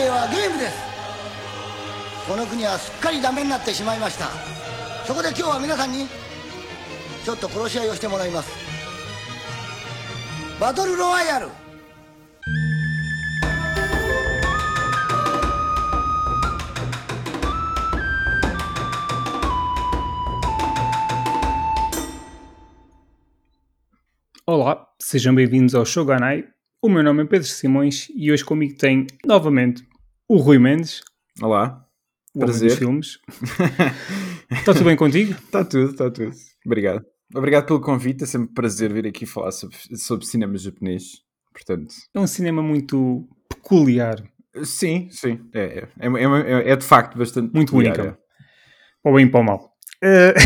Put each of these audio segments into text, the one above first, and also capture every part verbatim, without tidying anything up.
生はゲームです。この国はすっかりダメになってしまいました。そこで今日は皆さんにちょっと殺し合いをしてもらいます。バトルロワイヤル。 Olá, sejam bem-vindos ao Shogunai. O meu nome é Pedro Simões e hoje comigo tem novamente o Rui Mendes. Olá, o prazer. Homem dos filmes. Está tudo bem contigo? Está tudo, está tudo. Obrigado. Obrigado pelo convite, é sempre um prazer vir aqui falar sobre, sobre cinema japonês. Portanto... É um cinema muito peculiar. Sim, sim. É, é, é, é, é de facto bastante muito peculiar, único. É. Para o bem e para o mal. Uh...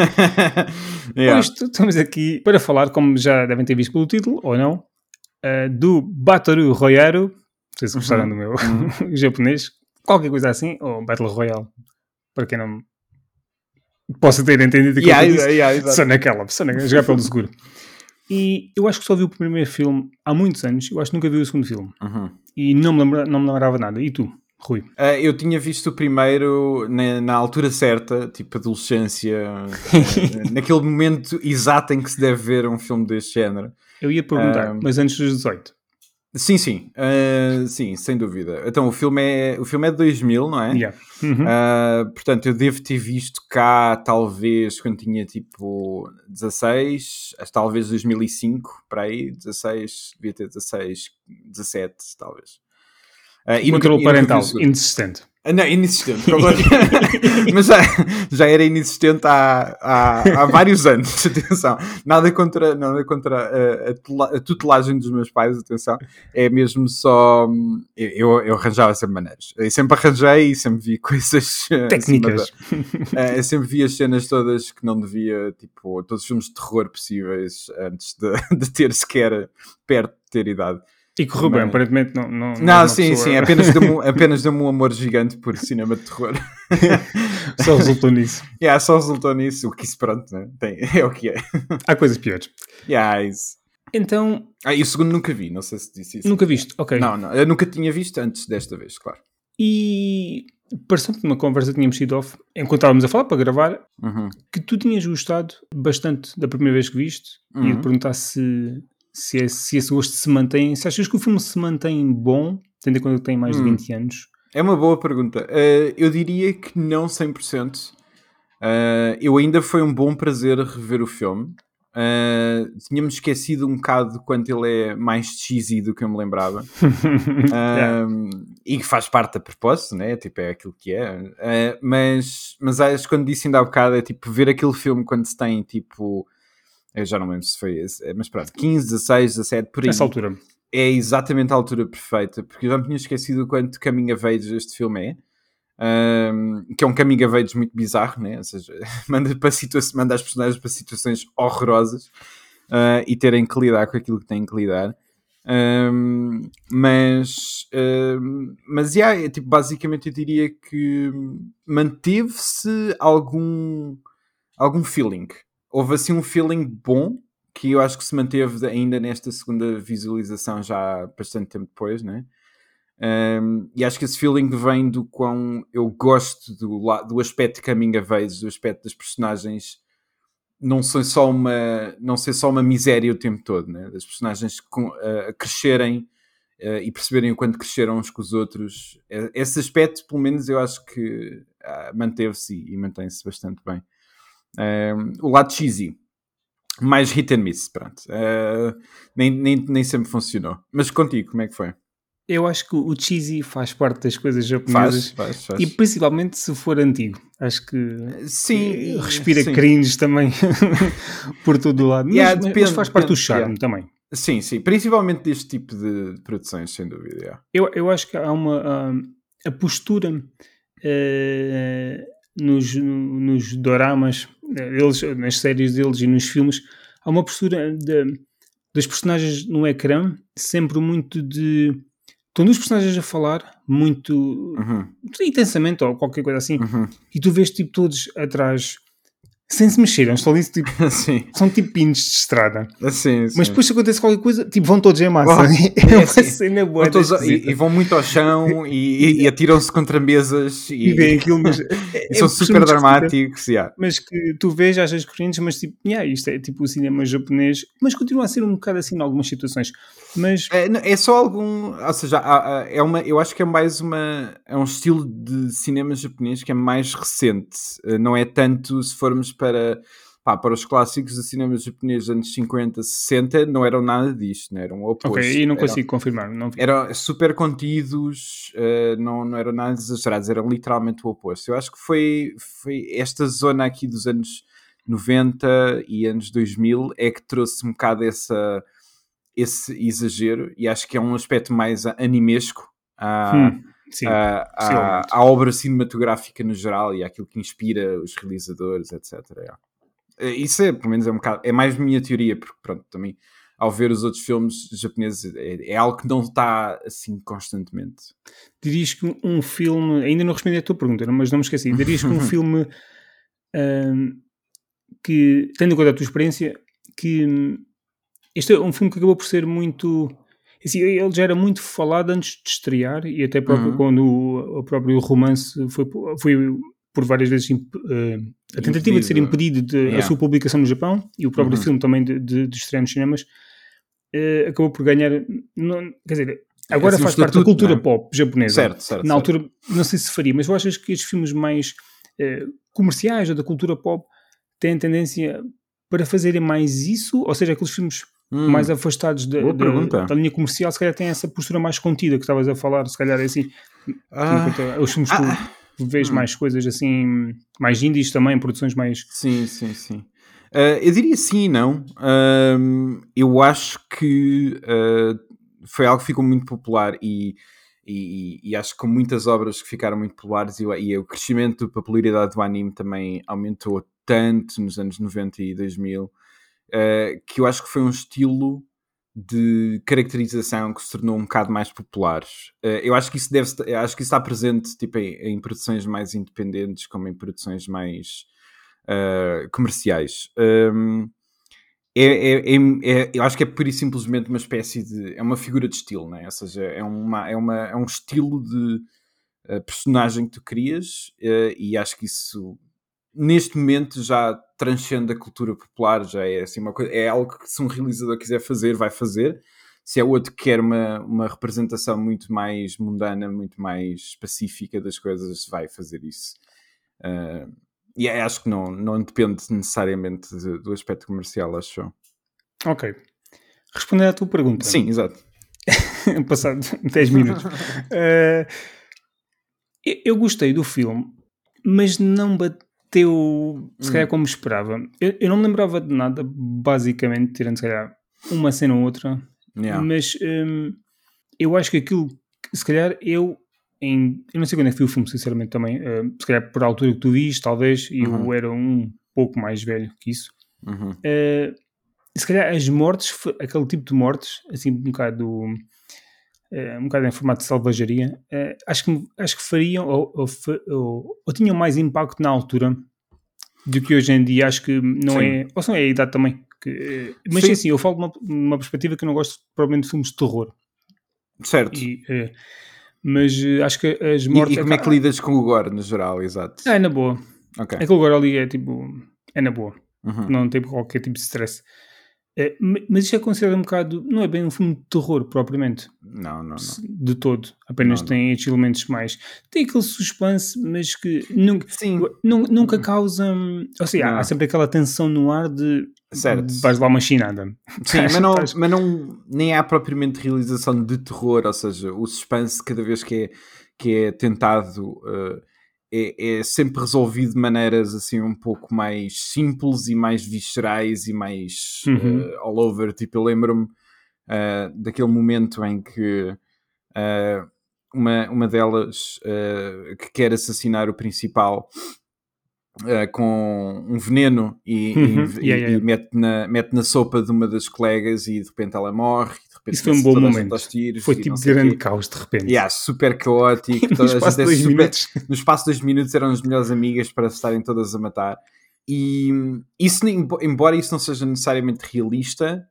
yeah. Hoje estamos aqui para falar, como já devem ter visto pelo título, ou não, uh, do Battle Royale. Não sei se gostaram Uhum. do meu Uhum. japonês. Qualquer coisa assim, ou Battle Royale. Para quem não possa ter entendido aquilo yeah, que eu disse. yeah, yeah, só naquela, só naquela, jogar pelo seguro. E eu acho que só vi o primeiro filme há muitos anos. Eu acho que nunca vi o segundo filme. Uhum. E não me, lembra, não me lembrava nada. E tu, Rui? Uh, eu tinha visto o primeiro na, na altura certa, tipo adolescência, uh, naquele momento exato em que se deve ver um filme deste género. Eu ia perguntar, uh, mas antes dos dezoito? Sim, sim, uh, sim, sem dúvida. Então o filme é, o filme é de dois mil, não é? Yeah. Uhum. Uh, portanto, eu devo ter visto cá talvez quando tinha tipo dezasseis, talvez dois mil e cinco, para aí, dezasseis, devia ter dezasseis, dezassete, talvez. Uh, e controle parental, inexistente. Uh, não, inexistente. Mas já, já era inexistente há, há, há vários anos, atenção. Nada contra, nada contra a, a tutelagem dos meus pais, atenção. É mesmo só... Eu, eu arranjava sempre maneiras. Eu sempre arranjei e sempre vi coisas... Técnicas. Da, uh, eu sempre vi as cenas todas que não devia, tipo, todos os filmes de terror possíveis antes de, de ter sequer perto de ter idade. E correu bem, aparentemente não... Não, não, não sim, pessoa... sim, apenas deu-me, apenas deu-me um amor gigante por cinema de terror. Só resultou nisso. Yeah, só resultou nisso, o que isso pronto, né? Tem, é o que é. Há coisas piores. Yeah, isso. Então... Ah, e o segundo nunca vi, não sei se disse isso. Nunca viste, ok. Não, não, eu nunca tinha visto antes desta vez, claro. E pareceu-me que numa conversa que tínhamos sido off, enquanto estávamos a falar para gravar, uhum. que tu tinhas gostado bastante da primeira vez que viste, uhum. e ia-te perguntar se... Se esse, se esse gosto se mantém, se achas que o filme se mantém bom, tendo em conta que tem mais hum. de vinte anos? É uma boa pergunta. Uh, eu diria que não cem por cento. Uh, eu ainda foi um bom prazer rever o filme. Uh, Tinha-me esquecido um bocado de quanto ele é mais cheesy do que eu me lembrava. uh, yeah. E que faz parte a propósito, né? Tipo, é aquilo que é. Uh, mas, mas acho que quando disse ainda há bocado, é tipo ver aquele filme quando se tem tipo... Eu já não lembro se foi esse, mas pronto, quinze, dezasseis, dezassete, por aí. Essa altura. É exatamente a altura perfeita, porque eu já me tinha esquecido o quanto coming of age este filme é. Um, que é um coming of age muito bizarro, né? Ou seja, manda, para situa- manda as personagens para situações horrorosas uh, e terem que lidar com aquilo que têm que lidar. Um, mas, um, mas yeah, é, tipo, basicamente eu diria que manteve-se algum, algum feeling. Houve assim um feeling bom, que eu acho que se manteve ainda nesta segunda visualização já há bastante tempo depois, né? Um, e acho que esse feeling vem do quão eu gosto do, do aspecto de coming of age, do aspecto das personagens não ser só uma, não ser só uma miséria o tempo todo, né? Das personagens com, uh, crescerem uh, e perceberem o quanto cresceram uns com os outros. Esse aspecto, pelo menos, eu acho que uh, manteve-se e mantém-se bastante bem. Uh, o lado cheesy, mais hit and miss, pronto. Uh, nem, nem, nem sempre funcionou. Mas contigo, como é que foi? Eu acho que o cheesy faz parte das coisas japonesas. Faz, faz, faz. E principalmente se for antigo. Acho que sim, respira sim. cringe também por todo o lado. Mas, yeah, depende, mas faz parte depende, do charme yeah. também. Sim, sim. Principalmente deste tipo de produções, sem dúvida. Yeah. Eu, eu acho que há uma... A, a postura uh, nos, nos doramas, eles, nas séries deles e nos filmes, há uma postura de, das personagens no ecrã sempre muito de... Estão duas personagens a falar muito uhum. intensamente ou qualquer coisa assim, uhum. e tu vês tipo todos atrás sem se mexerem, estão ali, tipo, Sim. são tipo pinos de estrada. Sim, sim. Mas depois se acontece qualquer coisa, tipo, vão todos em massa. Oh, é é uma assim, cena boa. Vão todos a- e, e vão muito ao chão e, e atiram-se contra mesas E e, vêem aquilo, mas... e é- são é super muito dramáticos. Yeah. mas que tu vês, achas correntes, mas tipo, yeah, isto é tipo o cinema japonês, mas continua a ser um bocado assim em algumas situações. Mas, É, não, é só algum, ou seja, há- há- é uma, eu acho que é mais uma, é um estilo de cinema japonês que é mais recente. Eh, Não é tanto se formos para, pá, para os clássicos de cinema japonês dos anos cinquenta, sessenta, não eram nada disto, não eram o oposto. ok, aí não Eram- consigo confirmar, não vi. Eram super contidos, eh, não, não eram nada exagerados, eram literalmente o oposto. Eu acho que foi, foi esta zona aqui dos anos noventa e anos dois mil é que trouxe um bocado essa, esse exagero, e acho que é um aspecto mais animesco à, Hum, sim, à, à, possivelmente. à obra cinematográfica no geral e àquilo que inspira os realizadores, etcétera. Yeah. Eh, Isso é, pelo menos, é um bocado, é mais minha teoria, porque pronto, também ao ver os outros filmes japoneses é, é algo que não está assim constantemente. Dirias que um- um filme, ainda não respondi à tua pergunta, mas não me esqueci, dirias que um filme ahm, que, tendo em conta a tua experiência, que hum, este é um filme que acabou por ser muito. Assim, ele já era muito falado antes de estrear, e até próprio Uhum. quando o, o próprio romance foi, foi por várias vezes imp- eh, a tentativa de ser Impedido. impedido de, Yeah. a sua publicação no Japão, e o próprio Uhum. filme também de, de, de estrear nos cinemas, eh, acabou por ganhar. Não, quer dizer, agora assim, um faz parte da estatuto, cultura não é? pop japonesa. Certo, certo. Na certo. altura, não sei se faria, mas eu achas que estes filmes mais eh, comerciais ou da cultura pop têm tendência para fazerem mais isso? Ou seja, aqueles filmes Hum, mais afastados da, boa da, pergunta. da linha comercial, se calhar têm essa postura mais contida que estavas a falar, se calhar é assim, tendo em Ah, conta os filmes que ah, tu vês hum. mais coisas assim, mais indies também, produções mais... Sim, sim, sim. Uh, eu diria sim e não. Um, eu acho que uh, foi algo que ficou muito popular e, e, e acho que com muitas obras que ficaram muito populares e, e o crescimento da popularidade do anime também aumentou tanto nos anos noventa e dois mil, uh, que eu acho que foi um estilo de caracterização que se tornou um bocado mais popular. Uh, eu acho que isso deve eu acho que isso está presente tipo, em, em produções mais independentes como em produções mais uh, comerciais. Um, é, é, é, é, eu acho que é pura e simplesmente uma espécie de... É uma figura de estilo, não é? Ou seja, é, uma, é, uma, é um estilo de uh, personagem que tu crias uh, e acho que isso neste momento já transcende a cultura popular, já é assim uma coisa, é algo que se um realizador quiser fazer, vai fazer. Se é outro que quer uma, uma representação muito mais mundana, muito mais pacífica das coisas, vai fazer isso. Uh, e é, acho que não, não depende necessariamente de, do aspecto comercial, acho eu. Ok. Respondendo à tua pergunta. Sim, exato. Passado dez minutos. Uh, eu, eu gostei do filme, mas não bateu se calhar como esperava. Eu, eu não me lembrava de nada, basicamente, tirando se calhar uma cena ou outra. Yeah. Mas um, eu acho que aquilo, se calhar eu, em, eu não sei quando é que vi o filme, sinceramente também, uh, se calhar por altura que tu viste, talvez, e Uhum. eu era um pouco mais velho que isso. Uhum. Uh, se calhar as mortes, aquele tipo de mortes, assim um bocado, uh, um bocado em formato de salvajaria, uh, acho, que, acho que fariam ou, ou, ou, ou tinham mais impacto na altura do que hoje em dia. Acho que não Sim. é, ou só é a idade também. Que, mas Sim. assim, eu falo de uma, uma perspectiva que eu não gosto provavelmente de filmes de terror. Certo. E, uh, mas uh, acho que as E, mortes... e como é que lidas com o gore, no geral, exato? Ah, é na boa. Ok. Aquele gore ali é tipo... É na boa. Uhum. Não tem qualquer tipo de stress. Uh, mas isto é considerado um bocado... Não é bem um filme de terror, propriamente. Não, não, não. De todo. Apenas Não, tem estes elementos mais... Tem aquele suspense, mas que nunca, Sim. nunca, nunca causa... Ou seja, Não. há sempre aquela tensão no ar de... Certo. Vais lá uma chinada. Sim, mas não, mas não nem há propriamente realização de terror, ou seja, o suspense cada vez que é, que é tentado uh, é, é sempre resolvido de maneiras assim um pouco mais simples e mais viscerais e mais Uhum. uh, all over. Tipo, eu lembro-me uh, daquele momento em que uh, uma, uma delas uh, que quer assassinar o principal Uh, com um veneno e, Uhum. e, yeah, yeah, e yeah. mete, na, mete na sopa de uma das colegas e de repente ela morre. E de repente Isso foi um bom toda a gente momento. aos tiros Foi e tipo não sei grande quê. caos de repente. Yeah, super caótico. No Toda a espaço gente de é dois super... minutos. No espaço de dois minutos eram as melhores amigas para se estarem todas a matar. E isso, embora isso não seja necessariamente realista,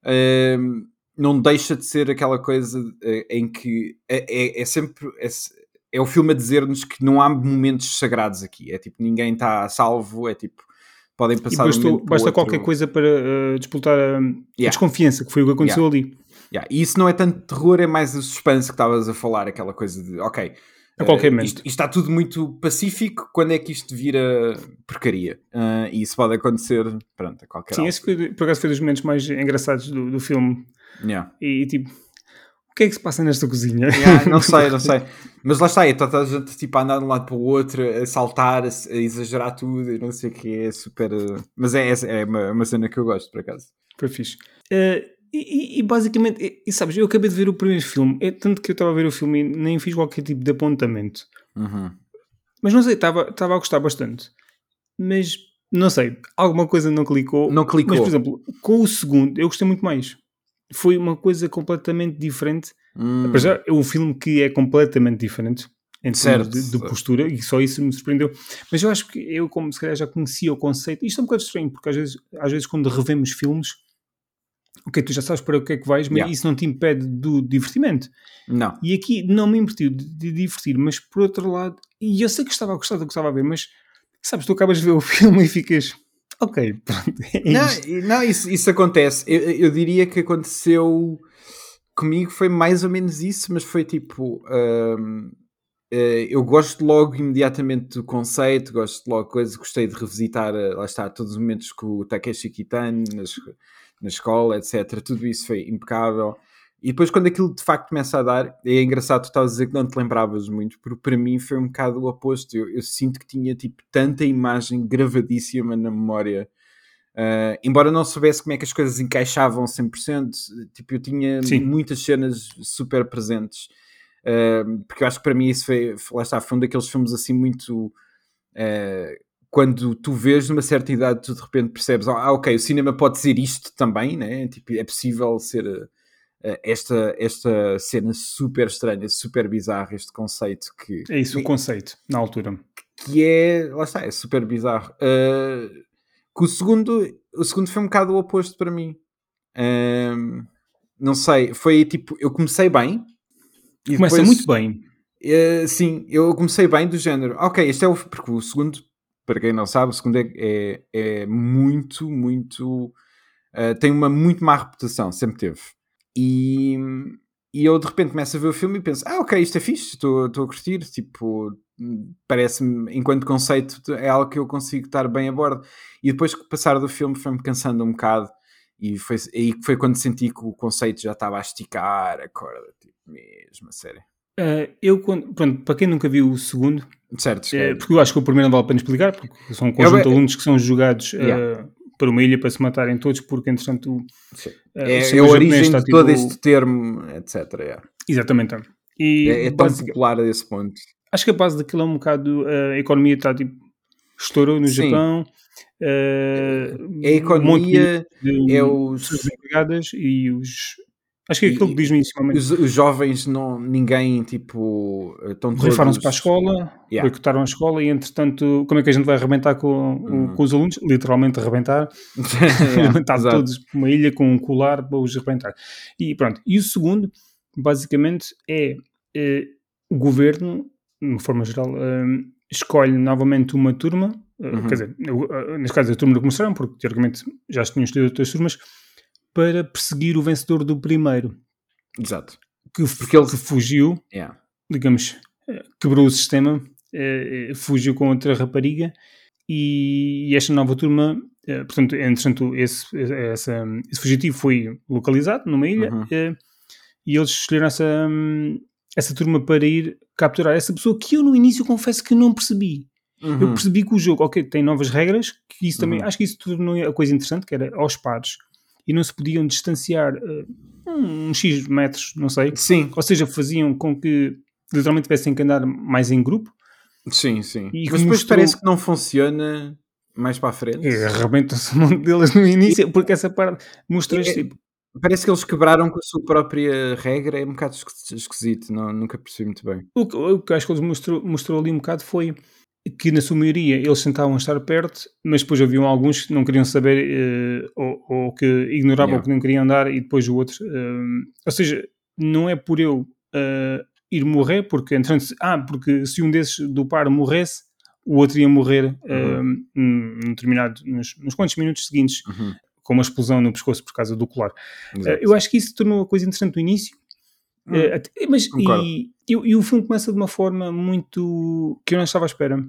uh, não deixa de ser aquela coisa uh, em que é, é, é sempre... É, é o filme a dizer-nos que não há momentos sagrados aqui. É tipo, ninguém está a salvo, é tipo... Podem passar e bastou, um basta outro. qualquer coisa para uh, disputar a, yeah. a desconfiança, que foi o que aconteceu yeah. ali. Yeah. E isso não é tanto terror, é mais o suspense que estavas a falar, aquela coisa de, ok, a qualquer uh, momento. Isto, isto está tudo muito pacífico, quando é que isto vira porcaria? Uh, e isso pode acontecer, pronto, a qualquer Sim, altura. esse foi, por acaso foi dos momentos mais engraçados do, do filme. Yeah. E tipo, o que é que se passa nesta cozinha? Yeah, não sei, não sei. Mas lá está, está toda a gente tipo, a andar de um lado para o outro, a saltar, a, a exagerar tudo, e não sei o que, é super... Uh... Mas é, é, é uma, uma cena que eu gosto, por acaso. Foi fixe. Uh, e, e basicamente, e, e sabes, eu acabei de ver o primeiro filme, é tanto que eu estava a ver o filme e nem fiz qualquer tipo de apontamento. Uhum. Mas não sei, estava, estava a gostar bastante. Mas, não sei, alguma coisa não clicou. Não clicou. Mas, por exemplo, com o segundo, eu gostei muito mais. Foi uma coisa completamente diferente. Hum. Apesar, é um filme que é completamente diferente em termos de, de Certo. postura, e só isso me surpreendeu. Mas eu acho que eu, como se calhar já conhecia o conceito, isto é um bocado estranho, porque às vezes, às vezes quando revemos filmes, ok, tu já sabes para o que é que vais, mas Yeah. isso não te impede do divertimento. Não. E aqui não me impediu de, de divertir, mas por outro lado, e eu sei que estava a gostar do que estava a ver, mas sabes, tu acabas de ver o filme e ficas, ok, pronto, é Não, isto. não isso, isso acontece. Eu, eu diria que aconteceu comigo, foi mais ou menos isso, mas foi tipo... hum, Uh, eu gosto logo imediatamente do conceito, gosto logo de coisa, gostei de revisitar, uh, lá está, todos os momentos com o Takeshi Kitano nas, na escola, etcétera. Tudo isso foi impecável. E depois quando aquilo de facto começa a dar, é engraçado, tu estavas a dizer que não te lembravas muito, porque para mim foi um bocado o oposto. Eu, eu sinto que tinha tipo tanta imagem gravadíssima na memória. Uh, embora não soubesse como é que as coisas encaixavam cem por cento, tipo, eu tinha Sim. muitas cenas super presentes. Uh, porque eu acho que para mim isso foi, lá está, foi um daqueles filmes assim muito uh, quando tu vês numa certa idade tu de repente percebes, ah ok, o cinema pode ser isto também, né? Tipo, é possível ser uh, esta, esta cena super estranha, super bizarra, este conceito que... É isso, o conceito, na altura. Que é, lá está, é super bizarro. Uh, que o segundo, o segundo foi um bocado o oposto para mim. Uh, não sei, foi tipo, eu comecei bem. E Começa depois, muito bem. Uh, sim, eu comecei bem do género. Ok, este é o... Porque o segundo, para quem não sabe, o segundo é, é, é muito, muito... Uh, tem uma muito má reputação, sempre teve. E, e eu de repente começo a ver o filme e penso, ah ok, isto é fixe, estou a curtir, tipo, parece-me, enquanto conceito, é algo que eu consigo estar bem a bordo. E depois que passar do filme foi-me cansando um bocado. E foi aí que foi quando senti que o conceito já estava a esticar a corda, tipo, mesmo, a sério. Uh, eu, quando, pronto, para quem nunca viu o segundo, certo, uh, porque eu acho que o primeiro não vale a pena explicar, porque são um conjunto eu, de alunos que são jogados yeah. uh, para uma ilha para se matarem todos, porque entretanto uh, é, é a origem está, de tipo, todo este termo, etcétera. Yeah. Exatamente. E é, é tão popular a esse ponto. Acho que a base daquilo é um bocado uh, a economia está tipo estourou no Sim. Japão. Uh, a economia um monte de, é os desempregadas e os acho que é aquilo que diz inicialmente. Os, os jovens, não, ninguém, tipo, estão todos... Rifaram-se para a escola, yeah. boicotaram a escola e, entretanto, como é que a gente vai arrebentar com, uhum. com os alunos? Literalmente arrebentar. yeah, arrebentar todos para uma ilha com um colar para os arrebentar. E pronto. E o segundo, basicamente, é, é o governo, de uma forma geral, um, escolhe novamente uma turma, uhum. quer dizer, neste caso a turma que começaram, porque, teoricamente, já se tinham escolhido outras turmas, para perseguir o vencedor do primeiro. Exato. Que, Porque ele... que fugiu, yeah. digamos, quebrou o sistema, eh, fugiu com outra rapariga e, e esta nova turma, eh, portanto, entretanto, esse, essa, esse fugitivo foi localizado numa ilha uhum. eh, e eles escolheram essa, essa turma para ir capturar essa pessoa que eu no início confesso que não percebi. Uhum. Eu percebi que o jogo, ok, tem novas regras, que isso também, uhum. acho que isso tornou a coisa interessante, que era aos pares. E não se podiam distanciar uh, uns X metros, não sei. Sim. Ou seja, faziam com que literalmente tivessem que andar mais em grupo. Sim, sim. E mas depois mostrou... parece que não funciona mais para a frente. É, arrebentam-se um monte deles no início, porque essa parte mostra é, tipo... Parece que eles quebraram com a sua própria regra, é um bocado esquisito, não, nunca percebi muito bem. O que, o que acho que eles mostrou, mostrou ali um bocado foi... que na sua maioria eles tentavam estar perto, mas depois haviam alguns que não queriam saber uh, ou, ou que ignoravam Yeah. o que não queriam dar e depois o outro. Uh, ou seja, não é por eu uh, ir morrer, porque, entrando, ah, porque se um desses do par morresse, o outro ia morrer uh, Uhum. num determinado, nos, nos quantos minutos seguintes, Uhum. com uma explosão no pescoço por causa do colar. Uh, Exato. eu acho que isso tornou a coisa interessante no início. Hum, Uh, até- mas, concordo. e, e, e o filme começa de uma forma muito que eu não estava à espera,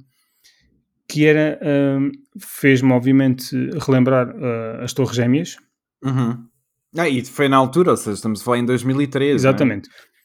que era, um, fez-me obviamente relembrar uh, as Torres Gêmeas. Uhum. Ah, e foi na altura, ou seja, estamos a falar em dois mil e treze. Exatamente.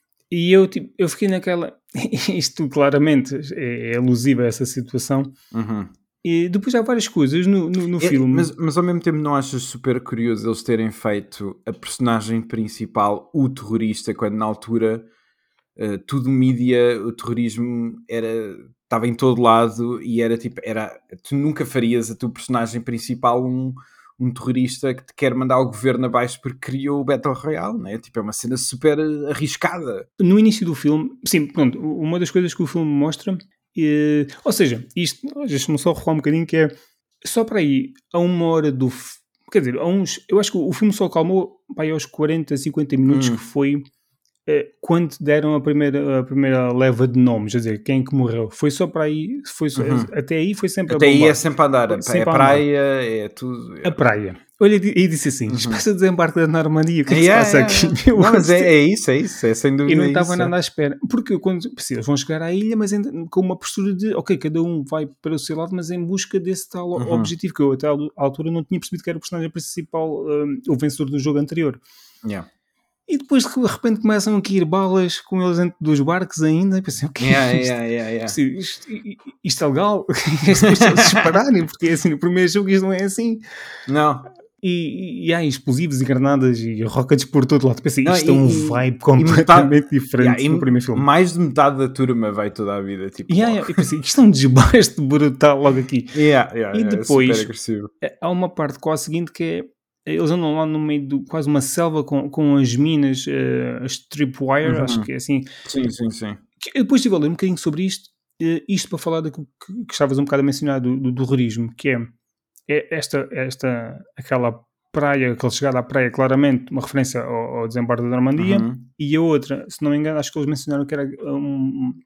E eu, tipo, eu fiquei naquela, isto claramente é, é alusivo a essa situação. Não é? Uhum. E depois há várias coisas no, no, no É, filme. mas, mas ao mesmo tempo não achas super curioso eles terem feito a personagem principal, o terrorista, quando na altura uh, tudo mídia, o terrorismo era, estava em todo lado e era tipo, era, tu nunca farias a tua personagem principal um, um terrorista que te quer mandar o governo abaixo porque criou o Battle Royale, né? Tipo, é uma cena super arriscada. No início do filme, sim, pronto, uma das coisas que o filme mostra, é, ou seja, isto, deixa-me só rolar um bocadinho, que é só para aí, a uma hora do. f- Quer dizer, a uns. Eu acho que o filme só acalmou para aí aos quarenta, cinquenta minutos, Hum. que foi eh, quando deram a primeira, a primeira leva de nomes, quer dizer, quem que morreu. Foi só para aí, foi só- Uhum. até aí foi sempre Até a aí bombar. é sempre a andar, Sempre é a andar. praia, é tudo. A praia. Olha, e disse assim: Uhum. espécie de desembarque da Normandia, o que é que Yeah, se passa yeah, aqui? yeah. Não, mas é, é isso, é isso, é sem E dúvida. não é estava isso, nada é. à espera. Porque quando se eles vão chegar à ilha, mas ainda com uma postura de ok, cada um vai para o seu lado, mas em busca desse tal Uhum. objetivo que eu até à altura não tinha percebido que era o personagem principal, um, o vencedor do jogo anterior. Yeah. E depois de repente começam a cair balas com eles dentro dos barcos ainda. E pensei, o que Yeah, é isto? yeah, yeah, yeah. Pensei, Isto, isto é legal? É suposto eles dispararem, porque assim, no primeiro jogo isto não é assim. Não, E, e, e há explosivos e granadas e rockets por todo lado. Pensei, não, isto é um e- vibe e completamente metade- diferente yeah, e do primeiro filme. mais de metade da turma vai toda a vida, tipo, E logo. yeah, eu pensei, isto é um desbaste brutal logo aqui. Yeah, yeah, E yeah, é depois- super agressivo. Eh, Há uma parte quase seguinte que é eles andam lá no meio de quase uma selva com, com as minas, eh, as tripwire, Uhum. acho que é assim. Sim, sim, sim. Que eu depois estive a ler um bocadinho sobre isto, eh, isto para falar daquilo que, que estavas um bocado a mencionar do, do terrorismo, que é, é esta, esta, aquela praia, aquela chegada à praia, claramente uma referência ao, ao desembarque da Normandia, Uhum. e a outra, se não me engano, acho que eles mencionaram que era um,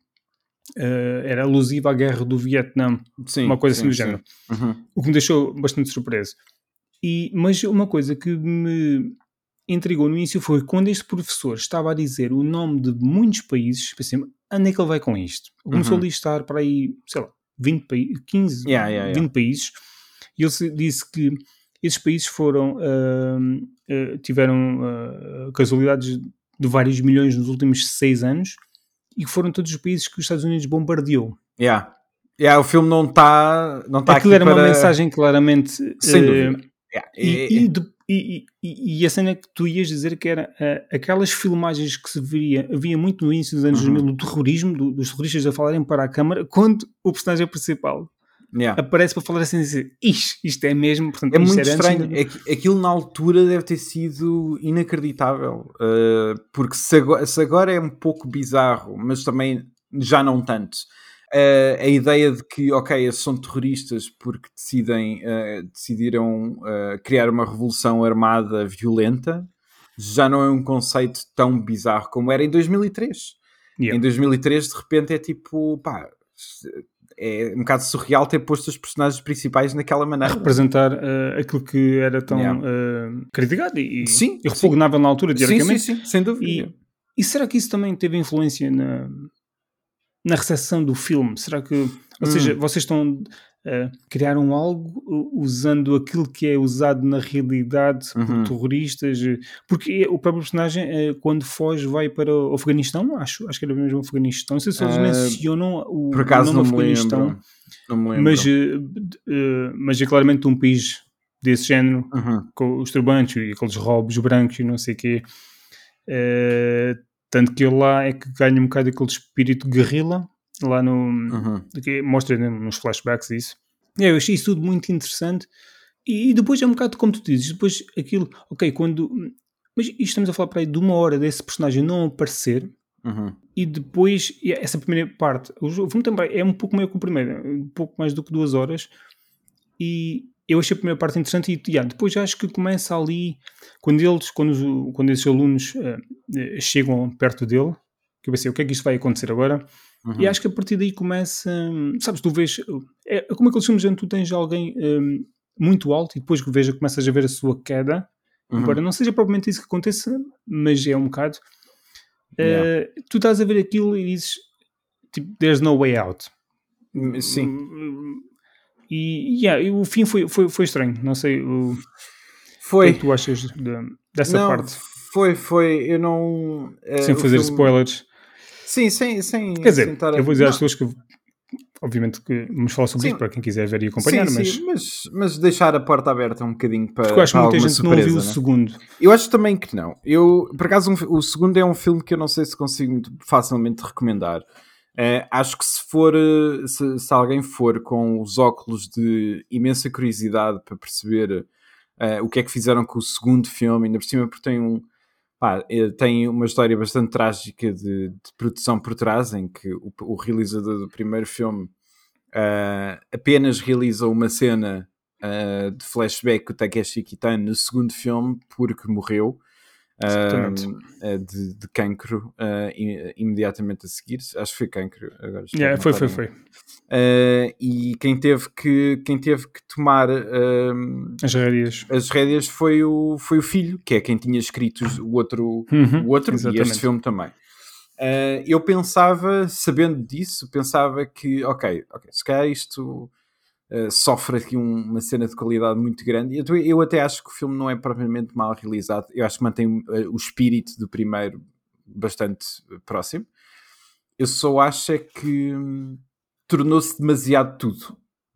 eh, era alusiva à guerra do Vietnã, Sim, uma coisa sim, assim do sim. género. Uhum. O que me deixou bastante surpreso. E, mas uma coisa que me intrigou no início foi quando este professor estava a dizer o nome de muitos países, pensei, onde é que ele vai com isto? Ele começou Uhum. a listar para aí, sei lá, vinte países, quinze, Yeah, yeah, yeah. vinte países, e ele se- disse que esses países foram, ah, ah, tiveram ah, casualidades de vários milhões nos últimos seis anos, e que foram todos os países que os Estados Unidos bombardeou. Yeah. Yeah, o filme não está não tá Aquilo aqui era para... uma mensagem claramente... Sem eh, dúvida. Yeah. E, É- e, de- e- e- e a cena que tu ias dizer que era ah, aquelas filmagens que se via, havia muito no início dos anos Uhum. dois mil, do terrorismo, do- dos terroristas a falarem para a câmara, quando o personagem principal yeah. aparece para falar assim, dizer, isto, isto é mesmo, portanto, É isto muito era antes estranho. de- É que aquilo na altura deve ter sido inacreditável. Uh, porque se agora, se agora é um pouco bizarro, mas também já não tanto. Uh, a ideia de que, ok, esses são terroristas porque decidem, uh, decidiram uh, criar uma revolução armada violenta, já não é um conceito tão bizarro como era em dois mil e três. Yeah. Em dois mil e três, de repente, é tipo, pá, é um bocado surreal ter posto os personagens principais naquela a maneira. representar ah, aquilo que era tão Yeah. ah, criticado e, Sim, e repugnável na altura, Sim, sim, teoricamente. sim, sem dúvida. E, e será que isso também teve influência na, na recepção do filme? Será que, ou Hum. seja, vocês estão a criaram algo uh, usando aquilo que é usado na realidade por Uhum. terroristas? eh, Porque o próprio personagem, eh, quando foge, vai para o Afeganistão, acho, acho que era mesmo o Afeganistão. Não sei se eles Ah, mencionam o, Por acaso o não nome me Afeganistão, lembro. Não me lembro. mas, eh, d- eh, mas é claramente um país desse género, Uhum. com os turbantes e aqueles robos brancos e não sei o quê. Eh, tanto que ele lá é que ganha um bocado aquele espírito guerrilla, lá no... Uhum. que mostra, né, nos flashbacks isso. É, eu achei isso tudo muito interessante. E, e depois é um bocado como tu dizes, depois aquilo, ok, quando... Mas isto estamos a falar para aí de uma hora desse personagem não aparecer, Uhum. E depois, essa primeira parte, o filme também é um pouco maior que o primeiro, um pouco mais do que duas horas, e eu achei a primeira parte interessante, e yeah, depois acho que começa ali, quando eles, quando, os, quando esses alunos uh, chegam perto dele, que eu pensei, o que é que isto vai acontecer agora? Uhum. E acho que a partir daí começa, sabes, tu vês, é como aqueles filmes onde tu tens alguém um, muito alto e depois que veja, começas a ver a sua queda, uhum. embora não seja propriamente isso que aconteça, mas é um bocado. Yeah. Uh, tu estás a ver aquilo e dizes, tipo, there's no way out. Sim. E yeah, o fim foi, foi, foi estranho, não sei o, foi. o que é que tu achas de, dessa não, parte. Foi, foi, eu não... Uh, sem fazer filme... spoilers. Sim, sem... sem Quer dizer, sem tar... eu vou dizer não. às pessoas que... Obviamente que vamos falar sobre sim. isso para quem quiser ver e acompanhar, sim, mas... Sim, mas... mas deixar a porta aberta um bocadinho para, porque eu acho para que muita gente surpresa, não viu né? o segundo. Eu acho também que não. Eu, por acaso, um, o segundo é um filme que eu não sei se consigo muito facilmente recomendar. Uh, acho que se for... Se, se alguém for com os óculos de imensa curiosidade para perceber uh, o que é que fizeram com o segundo filme, ainda por cima porque tem um... Pá, tem uma história bastante trágica de, de produção por trás, em que o, o realizador do primeiro filme uh, apenas realiza uma cena uh, de flashback com o Takeshi Kitano no segundo filme porque morreu uh, de, de cancro uh, imediatamente a seguir. Acho que foi cancro. Agora yeah, foi, foi, foi. Uh, e quem teve que, quem teve que tomar uh, as rédeas, as rédeas foi, o, foi o filho, que é quem tinha escrito o outro, uhum, o outro exatamente. E este filme também. Uh, eu pensava, sabendo disso, pensava que, ok, okay se calhar isto uh, sofre aqui um, uma cena de qualidade muito grande. Eu, eu até acho que o filme não é propriamente mal realizado. Eu acho que mantém uh, o espírito do primeiro bastante próximo. Eu só acho é que hum, tornou-se demasiado tudo.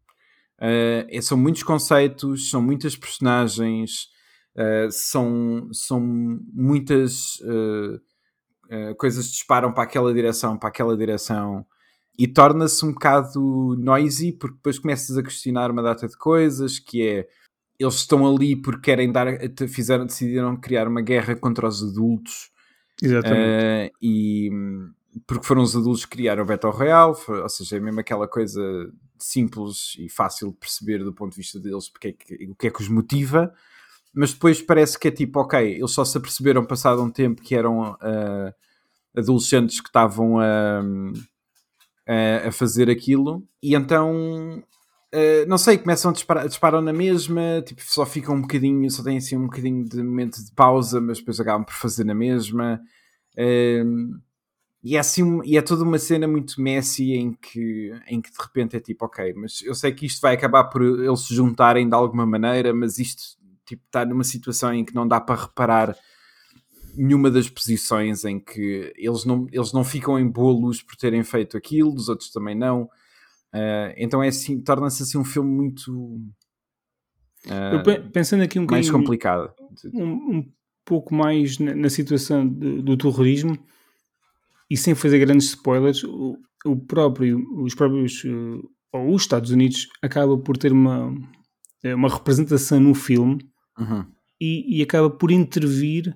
Uh, são muitos conceitos, são muitas personagens, uh, são, são muitas uh, uh, coisas que disparam para aquela direção, para aquela direção, e torna-se um bocado noisy, porque depois começas a questionar uma data de coisas, que é, eles estão ali porque querem dar, fizeram, decidiram criar uma guerra contra os adultos. Exatamente. Uh, e... porque foram os adultos que criaram o Battle Royale, ou seja, é mesmo aquela coisa simples e fácil de perceber do ponto de vista deles porque é que, o que é que os motiva, mas depois parece que é tipo, ok, eles só se aperceberam passado um tempo que eram uh, adolescentes que estavam a, a, a fazer aquilo, e então uh, não sei, começam a disparar, disparam na mesma, tipo, só ficam um bocadinho, só têm assim um bocadinho de momento de pausa, mas depois acabam por fazer na mesma. uh, E é, assim, e é toda uma cena muito messy em que, em que de repente é tipo, ok, mas eu sei que isto vai acabar por eles se juntarem de alguma maneira, mas isto tipo, está numa situação em que não dá para reparar nenhuma das posições, em que eles não, eles não ficam em boa luz por terem feito aquilo, os outros também não. Uh, então é assim, torna-se assim um filme muito uh, eu pensando aqui um mais complicado. Um, um pouco mais na, na situação de, do terrorismo, e sem fazer grandes spoilers, o, o próprio, os próprios, uh, ou os Estados Unidos, acaba por ter uma, uma representação no filme, uhum. e, e acaba por intervir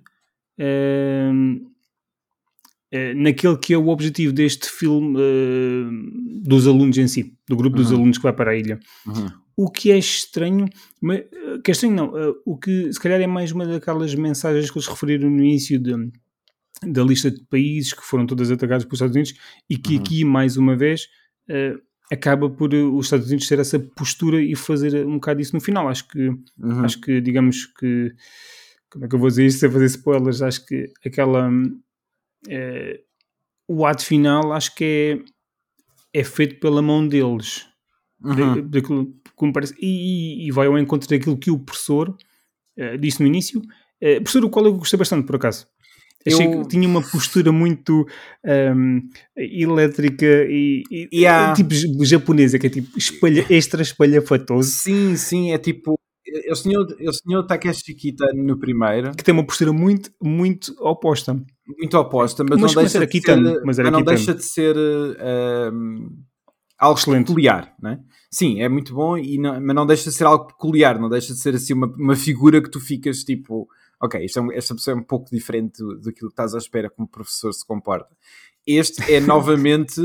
uh, uh, naquele que é o objetivo deste filme, uh, dos alunos em si, do grupo uhum. dos alunos que vai para a ilha. Uhum. O que é estranho, mas, que é estranho não, uh, o que se calhar é mais uma daquelas mensagens que eles referiram no início de da lista de países que foram todas atacados pelos Estados Unidos, e que uhum. aqui, mais uma vez, uh, acaba por uh, os Estados Unidos ter essa postura e fazer um bocado isso no final. Acho que, uhum. acho que digamos que, como é que eu vou dizer isto sem fazer spoilers, acho que aquela uh, o ato final, acho que é, é feito pela mão deles. Uhum. De, de, de, como parece, e, e vai ao encontro daquilo que o professor uh, disse no início. Uh, professor, o qual eu gostei bastante, por acaso. Achei eu... que tinha uma postura muito um, elétrica e, e yeah. tipo japonesa, que é tipo espalha, extra espalhafatoso. Sim, sim, é tipo o senhor, o senhor Takeshi Kitano no primeiro, que tem uma postura muito, muito oposta. Muito oposta, mas, mas não, deixa de Kitano, ser, mas, era mas não Kitano. deixa de ser um, algo excelente. Peculiar, não é? Sim, é muito bom, e não, mas não deixa de ser algo peculiar, não deixa de ser assim uma, uma figura que tu ficas tipo, ok, isto é um, esta pessoa é um pouco diferente do, daquilo que estás à espera como professor se comporta. Este é novamente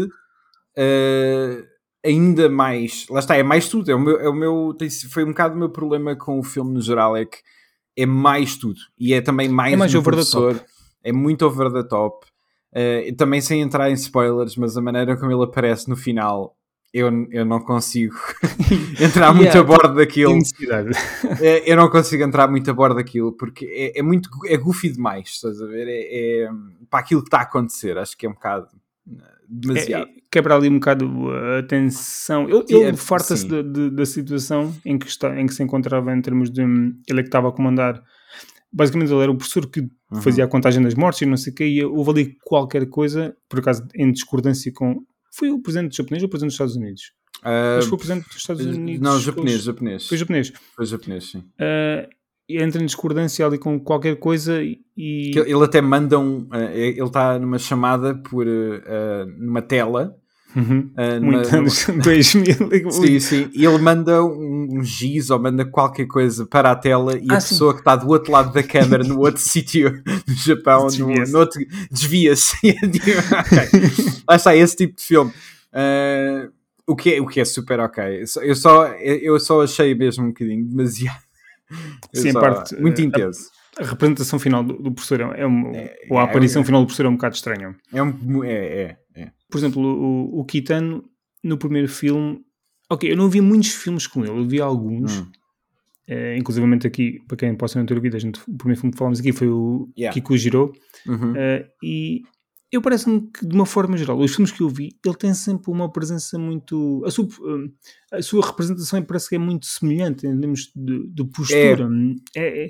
uh, ainda mais, lá está, é mais tudo, é o meu, é o meu tem, foi um bocado o meu problema com o filme no geral, é que é mais tudo, e é também mais, é mais um over professor, the top. É muito over the top, uh, também sem entrar em spoilers, mas a maneira como ele aparece no final, eu, eu não consigo entrar Yeah, muito a bordo daquilo. É, eu não consigo entrar muito a bordo daquilo, porque é, é muito, é goofy demais, estás a ver? É, é para aquilo que está a acontecer, acho que é um bocado demasiado. É, quebra ali um bocado a tensão. Ele, Sim, ele é- farta-se sim. da, da- da situação em que, está, em que se encontrava em termos de... Ele é que estava a comandar. Basicamente ele era o professor que Uhum. fazia a contagem das mortes e não sei o que, e houve ali qualquer coisa, por acaso em discordância com... Foi o presidente japonês ou o presidente dos Estados Unidos? Uh, Acho que foi o presidente dos Estados Unidos. Não, que japonês, eles- japonês. Foi japonês. Foi japonês, sim. Uh, entra em discordância ali com qualquer coisa e... Que ele ele até manda um... uh, ele está numa chamada por... uh, numa tela. Uhum. Uh, Muito numa- anos dois mil. Sim, sim. E ele manda um, um giz ou manda qualquer coisa para a tela e Ah, a sim. pessoa que está do outro lado da câmara, no outro sítio no Japão, no, Desvia-se. no outro, desvia-se. Ok. Lá está, esse tipo de filme. Uh, o, que é, o que é super ok. Eu só, eu só achei mesmo um bocadinho demasiado. Eu Sim, em só- parte, muito uh, intenso. A representação final do, do professor é, é um, ou a aparição é- final do professor é um bocado estranha. É um. É, é, é. Por exemplo, o, o Kitano, no primeiro filme... Ok, eu não vi muitos filmes com ele, eu vi alguns. Hum. Eh, inclusivamente aqui, para quem possa não ter ouvido, a gente, o primeiro filme que falámos aqui foi o Yeah. Kikujiro. Uhum. Eh, e eu parece-me que, de uma forma geral, os filmes que eu vi, ele tem sempre uma presença muito... A sua, eh, a sua representação parece que é muito semelhante em termos de, de postura. É... é,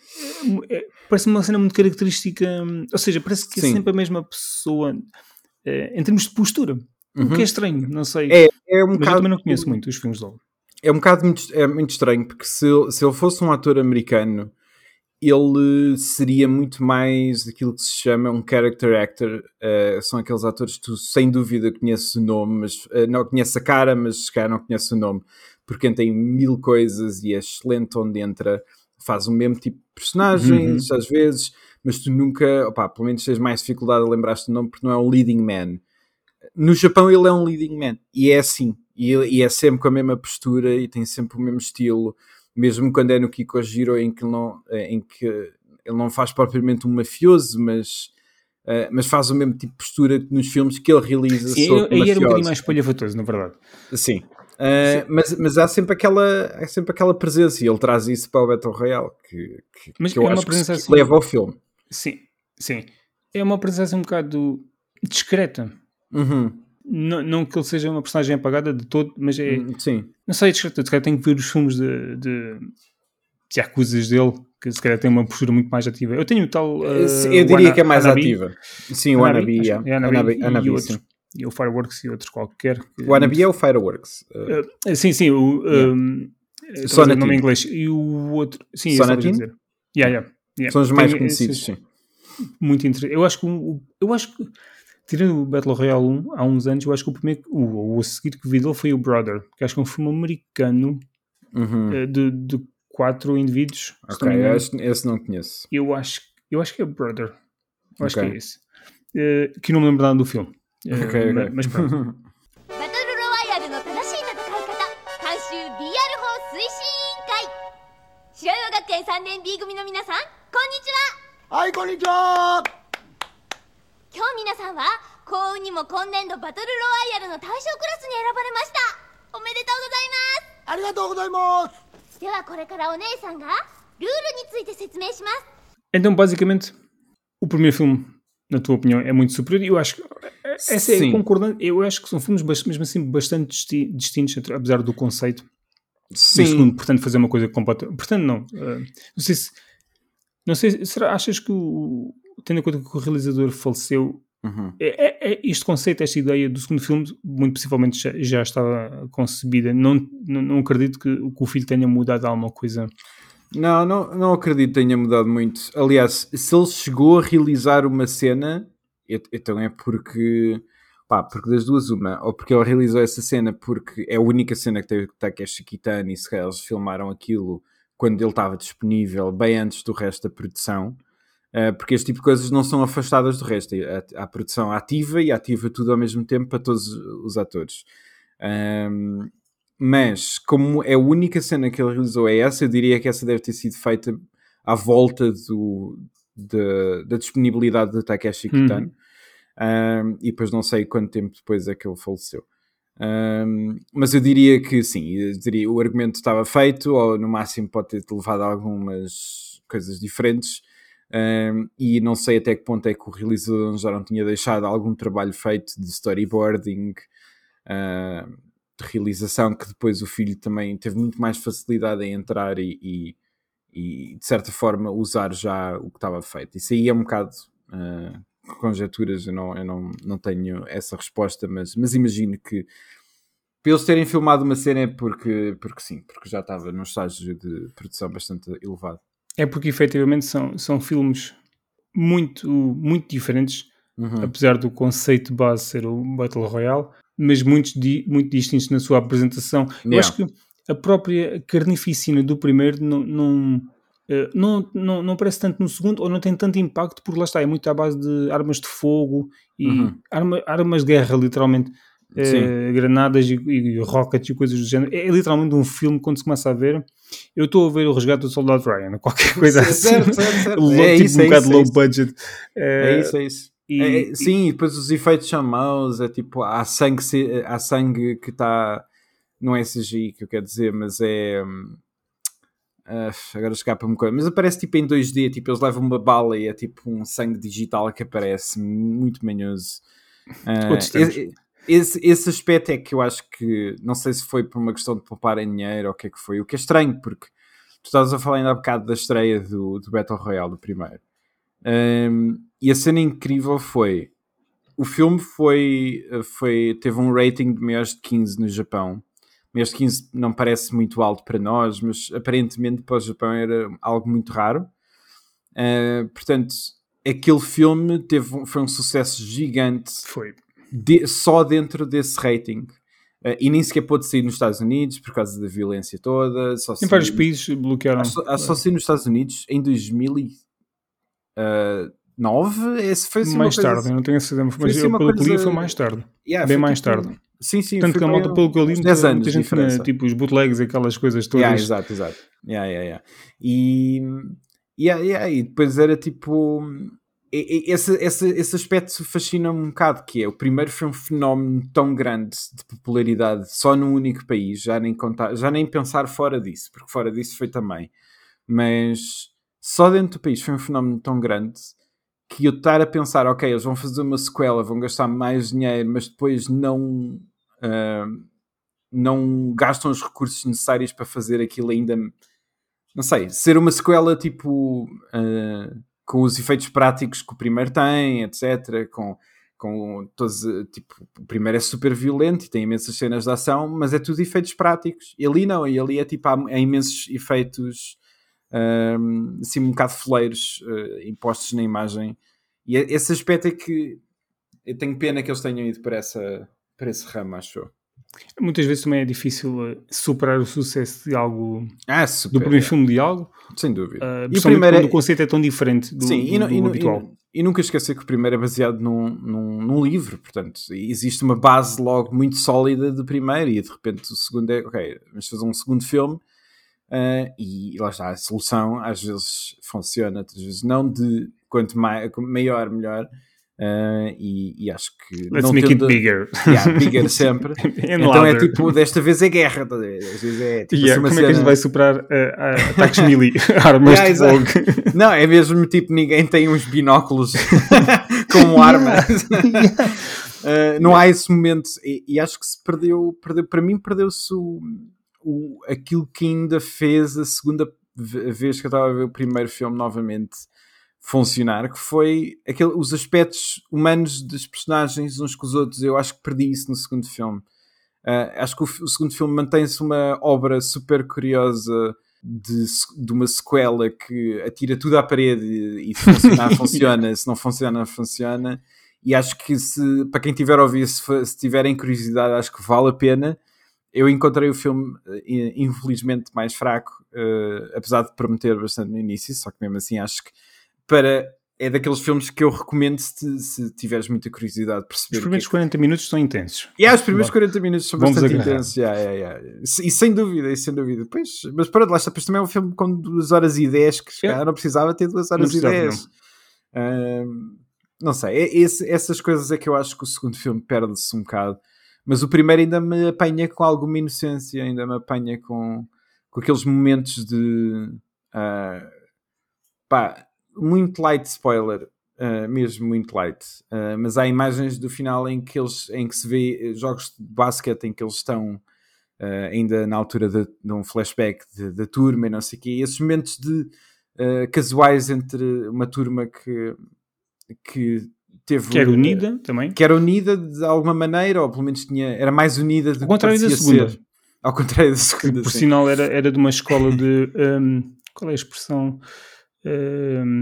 é parece uma cena muito característica, ou seja, parece que é Sim. sempre a mesma pessoa eh, em termos de postura, o Uhum. que é estranho, não sei, É, é um mas eu bocado. também não conheço muito os filmes dele. É um bocado muito, é muito estranho, porque se, se ele fosse um ator americano, ele seria muito mais aquilo que se chama um character actor. Uh, são aqueles atores que tu, sem dúvida, conheces o nome, mas uh, não conheces a cara, mas se calhar não conheces o nome, porque tem mil coisas e é excelente onde entra, faz o mesmo tipo de personagens, Uhum. às vezes, mas tu nunca, opá, pelo menos tens mais dificuldade a lembrar-te do nome, porque não é um leading man. No Japão ele é um leading man, e é assim, e, e é sempre com a mesma postura e tem sempre o mesmo estilo, mesmo quando é no Kikujiro, em que, não, em que ele não faz propriamente um mafioso, mas, uh, mas faz o mesmo tipo de postura que nos filmes que ele realiza. Sim, sobre aí era um bocadinho mafiosos. mais espalhafatoso, na verdade. Sim. Uh, mas, mas há sempre aquela, há sempre aquela presença, e ele traz isso para o Battle Royale, que, que, Mas que eu é uma acho que, presença que assim- leva ao filme. Sim, sim. É uma presença um bocado discreta. Uhum. Não, não que ele seja uma personagem apagada de todo, mas é... Hum, Sim. Não sei, discreta. Se calhar tenho que ver os filmes de, de, de acusas dele, que se calhar tem uma postura muito mais ativa. Eu tenho o tal... uh, eu diria Wana- que é mais Hanabi. ativa. Sim, o Hanabi, Anabi, acho yeah. que é Hanabi, Hanabi, e Hanabi, outros. sim. E o Fireworks e outros qualquer. que O Anabi muito- é o Fireworks. Uh, Uh, sim, sim, o... Yeah. Um, estava a dizer Sonatine. o nome em inglês. E o outro... Sim, esse Sonatine? estava a dizer. Yeah, yeah, yeah. São os mais Tem conhecidos, esses- sim. Muito interessante. Eu acho que o, eu acho que tirando o Battle Royale um há uns anos, eu acho que o primeiro o, o a seguir que vi dele foi o Brother, que acho que é um filme americano Uhum. eh, de, de quatro indivíduos. se Ok, não me engano. esse, esse não conheço. Eu acho, eu acho que é Brother. Eu acho Ok. que é esse. Eh, que não me lembro nada do filme. Eh, Ok, ma- ok. Mas pronto. バトルロワイヤルの正しい戦い方監修 ビーアール 法推進委員会白岩学園さんねん B 組の皆さんこんにちははい、こんにちは。 今日皆さんは幸運にも今年度バトルロワイヤルの大賞クラスに選ばれましたおめでとうございまありがとうございます。 すではこれからお姉さんがルールについて説明します Então, basicamente, o primeiro filme, na tua opinião, é muito superior. E eu acho que essa é Sim. concordante. Eu acho que são filmes bas- mesmo assim bastante disti- distintos, entre- apesar do conceito. E o Sim. segundo, portanto, fazer uma coisa completa. Portanto, não. eh, não sei se. Não sei, será, achas que o. Tendo em conta que o realizador faleceu, Uhum. é, é- é- este conceito, esta ideia do segundo filme, muito possivelmente já, já estava concebida. Não, não, não acredito que, que o filho tenha mudado alguma coisa. Não, não, não acredito que tenha mudado muito. Aliás, se ele chegou a realizar uma cena, et- então é porque, pá, porque das duas uma, ou porque ele realizou essa cena porque é a única cena que tem o Takeshi Kitano e se calhar eles filmaram aquilo quando ele estava disponível, bem antes do resto da produção, uh, porque este tipo de coisas não são afastadas do resto. Há a produção ativa e ativa tudo ao mesmo tempo para todos os atores. Um, mas, como é a única cena que ele realizou é essa, eu diria que essa deve ter sido feita à volta do, de, da disponibilidade de Takeshi Kitano. Uhum. Um, e depois não sei quanto tempo depois é que ele faleceu. Um, mas eu diria que sim, eu diria, o argumento estava feito, ou no máximo pode ter levado a algumas coisas diferentes, um, e não sei até que ponto é que o realizador já não tinha deixado algum trabalho feito de storyboarding, uh, de realização, que depois o filho também teve muito mais facilidade em entrar e, e, e de certa forma usar já o que estava feito. Isso aí é um bocado uh, conjecturas, eu, não, eu não, não tenho essa resposta, mas, mas imagino que para eles terem filmado uma cena é porque, porque sim, porque já estava num estágio de produção bastante elevado. É porque efetivamente são, são filmes muito, muito diferentes, uhum. apesar do conceito base ser o Battle Royale, mas muito, di, muito distintos na sua apresentação. Eu yeah. acho que a própria carnificina do primeiro não... não Uh, não, não, não aparece tanto no segundo, ou não tem tanto impacto, porque lá está, é muito à base de armas de fogo e uhum. arma, armas de guerra, literalmente, uh, granadas e, e rockets e coisas do género. É, é literalmente um filme, quando se começa a ver, eu estou a ver o Resgate do Soldado Ryan, qualquer coisa assim, certo, certo, certo. Low, é tipo isso, um é bocado isso, low é budget. Uh, é isso, é isso. E, é, sim, e depois os efeitos são maus, é tipo, há sangue, há sangue que está, não é C G I que eu quero dizer, mas é... Uh, agora escapa-me coisa, mas aparece tipo em dois D, tipo eles levam uma bala e é tipo um sangue digital que aparece, muito manhoso. Uh, esse, esse, esse aspecto é que eu acho que, não sei se foi por uma questão de poupar em dinheiro ou o que é que foi, o que é estranho, porque tu estavas a falar ainda há bocado da estreia do, do Battle Royale, do primeiro, um, e a cena incrível foi, o filme foi, foi teve um rating de maiores de quinze no Japão. Este quinze não parece muito alto para nós, mas aparentemente para o Japão era algo muito raro. Uh, portanto, aquele filme teve, foi um sucesso gigante. Foi. De, só dentro desse rating. Uh, e nem sequer pôde sair nos Estados Unidos por causa da violência toda. Só em vários países bloquearam. Só, só sair nos Estados Unidos em dois mil e nove. Esse foi assim mais tarde, assim, eu não tenho certeza, mas foi assim eu, pelo coisa... que li foi mais tarde. Yeah, bem mais tipo... tarde. Sim, sim. Tanto que a malta, pelo que eu li, dez anos muita gente tinha, tipo, os bootlegs e aquelas coisas todas. Yeah, exato, exato. Yeah, yeah, yeah. E, yeah, yeah, e depois era tipo... Esse, esse, esse aspecto fascina-me um bocado, que é, o primeiro foi um fenómeno tão grande de popularidade só num único país, já nem, contar, já nem pensar fora disso, porque fora disso foi também. Mas só dentro do país foi um fenómeno tão grande que eu estar a pensar, ok, eles vão fazer uma sequela, vão gastar mais dinheiro, mas depois não, uh, não gastam os recursos necessários para fazer aquilo ainda, não sei, ser uma sequela tipo uh, com os efeitos práticos que o primeiro tem, etcétera, com, com todos, tipo, o primeiro é super violento e tem imensas cenas de ação, mas é tudo efeitos práticos, e ali não, e ali é tipo, há, há imensos efeitos Um, assim um bocado foleiros uh, impostos na imagem, e esse aspecto é que eu tenho pena que eles tenham ido para, essa, para esse ramo, acho eu. Muitas vezes também é difícil uh, superar o sucesso de algo, ah, super, do primeiro é. filme de algo, sem dúvida, uh, e o primeiro quando é... o conceito é tão diferente do, sim, do, e, no, do e, no, habitual. E, no, e nunca esquecer que o primeiro é baseado num, num, num livro, portanto existe uma base logo muito sólida do primeiro, e de repente o segundo é, ok, vamos fazer um segundo filme. Uh, e lá está, a solução às vezes funciona, às vezes não, de quanto mai, maior melhor, uh, e, e acho que let's não make tendo, it bigger yeah, bigger sempre. Então louder. É tipo, desta vez é guerra, às vezes é tipo, yeah, uma como cena... é que a gente vai superar uh, ataques melee, armas yeah, de fogo? Não, é mesmo tipo, ninguém tem uns binóculos como arma. Yeah. uh, não há esse momento, e, e acho que se perdeu, perdeu para mim perdeu-se o O, aquilo que ainda fez a segunda vez que eu estava a ver o primeiro filme novamente funcionar, que foi aquele, os aspectos humanos dos personagens uns com os outros. Eu acho que perdi isso no segundo filme. Uh, acho que o, o segundo filme mantém-se uma obra super curiosa de, de uma sequela que atira tudo à parede e, e se funcionar funciona, se não funciona funciona, e acho que se, para quem tiver a ouvir, se, se tiverem curiosidade, acho que vale a pena. eu encontrei o filme, infelizmente, mais fraco, uh, apesar de prometer bastante no início, só que mesmo assim acho que para... é daqueles filmes que eu recomendo se, se tiveres muita curiosidade de perceber. Os primeiros que... quarenta minutos são intensos. E yeah, os primeiros quarenta minutos são Vamos bastante agarrar. intensos. Yeah, yeah, yeah. E sem dúvida, e sem dúvida. Pois, mas para lá está, depois também é um filme com duas horas e dez que yeah. não precisava ter duas horas e dez. Uh, não sei, é, esse, essas coisas é que eu acho que o segundo filme perde-se um bocado. Mas o primeiro ainda me apanha com alguma inocência, ainda me apanha com, com aqueles momentos de... Uh, pá... muito light spoiler, uh, mesmo muito light, uh, mas há imagens do final em que, eles, em que se vê jogos de basquete em que eles estão uh, ainda na altura de, de um flashback da turma e não sei o quê, e esses momentos de uh, casuais entre uma turma que, que teve... Que era unida uh, também. Que era unida de alguma maneira, ou pelo menos tinha, era mais unida do que parecia segunda. Ser. Ao contrário da segunda. Que, por sim. sinal era, era de uma escola de... Um, qual é a expressão... Uh,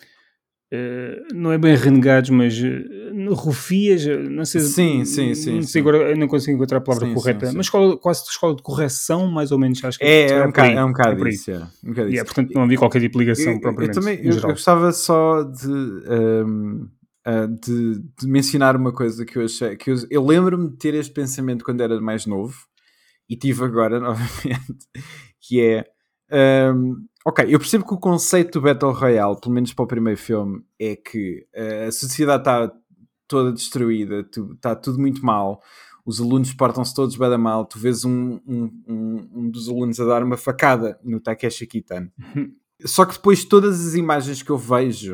uh, não é bem renegados, mas uh, rufias, não sei, sim, sim, sim, não, sim. sei agora, não consigo encontrar a palavra sim, correta, sim, sim. mas escola, quase escola de correção, mais ou menos, acho que é, é, um bocado, é um bocado é isso. É, um bocado yeah, portanto, não havia qualquer tipo de ligação eu, propriamente. Eu, também, eu, eu gostava só de, um, uh, de, de mencionar uma coisa que eu achei, que eu, eu lembro-me de ter este pensamento quando era mais novo e tive agora novamente, que é. Um, ok, eu percebo que o conceito do Battle Royale, pelo menos para o primeiro filme, é que uh, a sociedade está toda destruída, tu, está tudo muito mal, os alunos portam-se todos bem da mal, tu vês um, um, um, um dos alunos a dar uma facada no Takeshi Kitano. Só que depois todas as imagens que eu vejo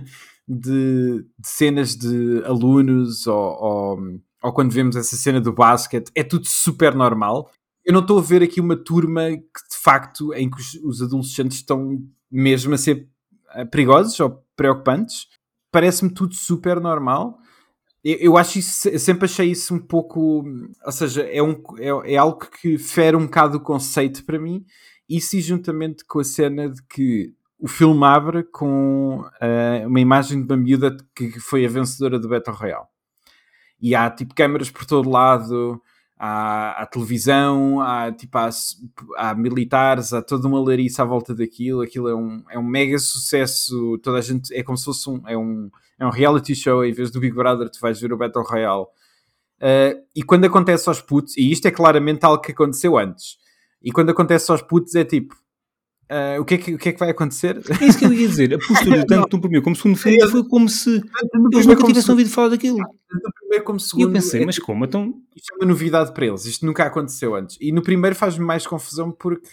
de, de cenas de alunos ou, ou, ou quando vemos essa cena do basquete, é tudo super normal. Eu não estou a ver aqui uma turma que, de facto, em que os, os adolescentes estão mesmo a ser perigosos ou preocupantes. Parece-me tudo super normal. Eu, eu acho isso, eu sempre achei isso um pouco... Ou seja, é, um, é, é algo que fere um bocado o conceito para mim. Isso e juntamente com a cena de que o filme abre com uh, uma imagem de uma miúda que foi a vencedora do Battle Royale. E há, tipo, câmaras por todo lado... Há, há televisão, há, tipo, há, há militares, há toda uma lariça à volta daquilo. Aquilo é um, é um mega sucesso. Toda a gente é como se fosse um, é um, é um reality show. Em vez do Big Brother, tu vais ver o Battle Royale. Uh, e quando acontece aos putos, e isto é claramente algo que aconteceu antes, e quando acontece aos putos é tipo, uh, o, que é que, o que é que vai acontecer? É isso que eu ia dizer. A postura tanto no primeiro como no segundo filme foi como se eles nunca tivessem ouvido falar daquilo. Tanto primeiro como segundo, e eu pensei, é, mas como? Então... Isto é uma novidade para eles, isto nunca aconteceu antes. E no primeiro faz-me mais confusão porque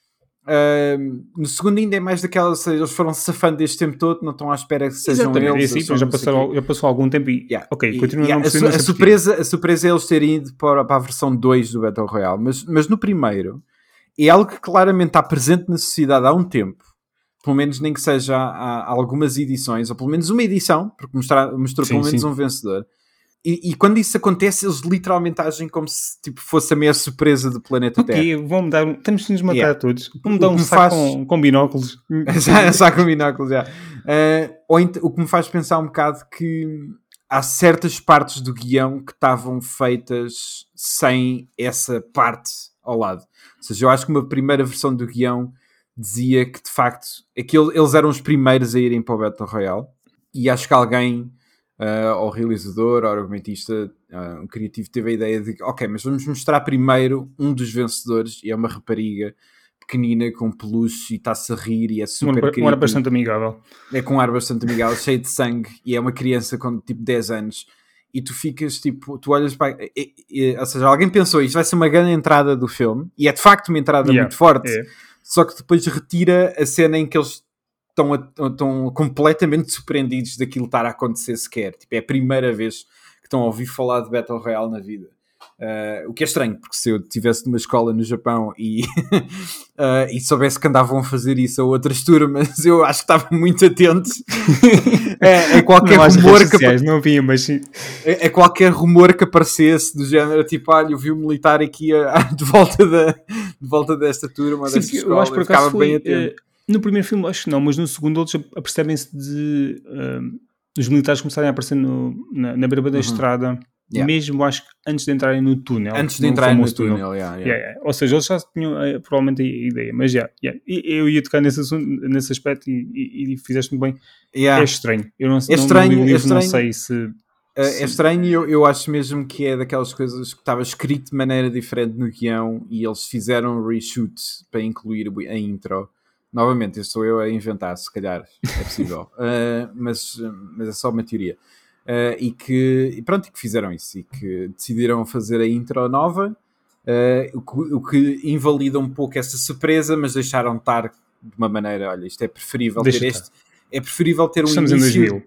uh, no segundo ainda é mais daquela, seja, eles foram safando este tempo todo, não estão à espera que sejam exatamente, eles. É assim, já, passaram, já passou algum tempo e yeah. ok, e, continua yeah, a não a, a, surpresa, a surpresa é eles terem ido para, para a versão dois do Battle Royale, mas, mas no primeiro é algo que claramente está presente na sociedade há um tempo. Pelo menos nem que seja há, há algumas edições, ou pelo menos uma edição, porque mostrar, mostrou sim, pelo menos sim. um vencedor. E, e quando isso acontece, eles literalmente agem como se tipo, fosse a maior surpresa do planeta okay, Terra. Ok, vão dar, temos de nos matar yeah. todos. Vamos o dar um saco faz... com, com binóculos. Saco com binóculos, já. Uh, ou ent... O que me faz pensar um bocado que há certas partes do guião que estavam feitas sem essa parte ao lado. Ou seja, eu acho que uma primeira versão do guião dizia que, de facto, aquele, eles eram os primeiros a irem para o Battle Royale. E acho que alguém... Uh, ou realizador, ou argumentista, uh, um criativo teve a ideia de ok, mas vamos mostrar primeiro um dos vencedores, e é uma rapariga pequenina com peluche e está-se a rir e é super um, um ar bastante amigável. É com um ar bastante amigável, cheio de sangue, e é uma criança com tipo dez anos, e tu ficas tipo, tu olhas para... E, e, ou seja, alguém pensou, isto vai ser uma grande entrada do filme, e é de facto uma entrada yeah, muito forte, é. Só que depois retira a cena em que eles Estão, a, estão completamente surpreendidos daquilo estar a acontecer sequer. Tipo, é a primeira vez que estão a ouvir falar de Battle Royale na vida. Uh, o que é estranho, porque se eu estivesse numa escola no Japão e, uh, e soubesse que andavam a fazer isso a outras turmas, eu acho que estava muito atento a, a qualquer não rumor que sociais, não havia, mas... a, a qualquer rumor que aparecesse do género, tipo, olha, eu vi um militar aqui a, a, de, volta da, de volta desta turma, sim, desta eu escola, acho por eu ficava foi, bem atento. Uh... No primeiro filme acho que não, mas no segundo eles apercebem-se de uh, os militares começarem a aparecer no, na, na beira da uhum. estrada Yeah. mesmo acho que antes de entrarem no túnel. Antes de entrarem no túnel, túnel. Yeah, yeah. Yeah, yeah. Ou seja, eles já tinham uh, provavelmente a ideia, mas já, yeah, yeah. eu ia tocar nesse, assunto, nesse aspecto e, e, e fizeste muito bem. Yeah. É estranho. Eu não, é estranho, não, é livro, estranho. não sei se... É estranho e eu, eu acho mesmo que é daquelas coisas que estava escrito de maneira diferente no guião e eles fizeram um reshoot para incluir a intro. Novamente, isso sou eu a inventar, se calhar é possível, uh, mas, mas é só uma teoria. Uh, e que e pronto, e que fizeram isso e que decidiram fazer a intro nova, uh, o, que, o que invalida um pouco essa surpresa, mas deixaram estar de uma maneira, olha, isto é preferível Deixa ter estar. este... É preferível ter um Estamos início... em dois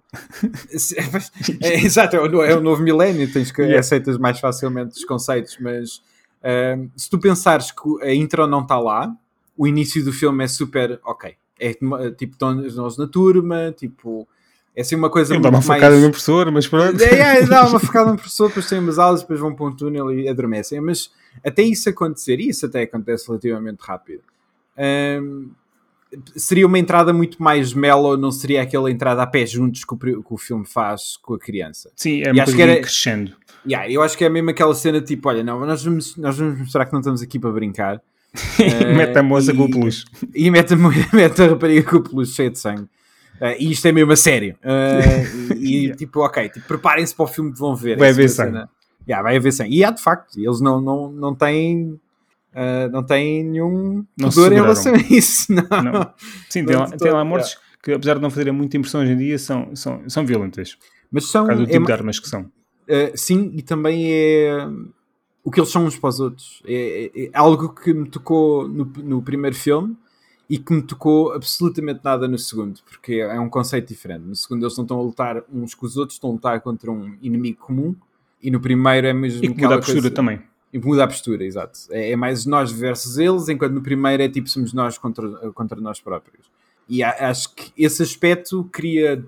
mil. é, exato, é o, é o novo milénio, tens que Yeah. aceitas mais facilmente os conceitos, mas uh, se tu pensares que a intro não está lá, o início do filme é super ok. É tipo, estão nós na turma, tipo, é assim uma coisa Ele muito dá uma facada mais... no professor, mas pronto. É, é, dá uma facada no professor, depois têm umas aulas, depois vão para um túnel e adormecem, mas até isso acontecer, e isso até acontece relativamente rápido. Um, seria uma entrada muito mais mellow, não seria aquela entrada a pé juntos que o, que o filme faz com a criança. Sim, é E uma acho coisa que era- crescendo. Yeah, eu acho que é mesmo aquela cena tipo, olha, não, nós vamos, nós vamos mostrar que não estamos aqui para brincar. E mete a moça e- com o peluche. E mete a, mo- mete a rapariga com o peluche cheio de sangue. Uh, e isto é mesmo a sério. Uh, e e, Yeah. tipo, ok, tipo, preparem-se para o filme que vão ver. Vai Isso haver é uma sangue. cena- Yeah, vai haver sangue. E há de facto, eles não, não, não têm... uh, não têm nenhum Não se pudor em seguraram. relação a isso. Não. Não. Sim, tem Não lá, de tem lá todo, mortes que, apesar de não fazerem muita impressão hoje em dia, são, são, são violentas. Mas são... Por causa do é tipo ma- de armas que são. Uh, sim, e também é o que eles são uns para os outros. É, é- é algo que me tocou no, no primeiro filme e que me tocou absolutamente nada no segundo, porque é um conceito diferente. No segundo eles não estão a lutar uns com os outros, estão a lutar contra um inimigo comum, e no primeiro é mesmo E que muda aquela a postura coisa- também. E muda a postura, exato. É, é mais nós versus eles, enquanto no primeiro é tipo somos nós contra, contra nós próprios. E a- acho que esse aspecto cria,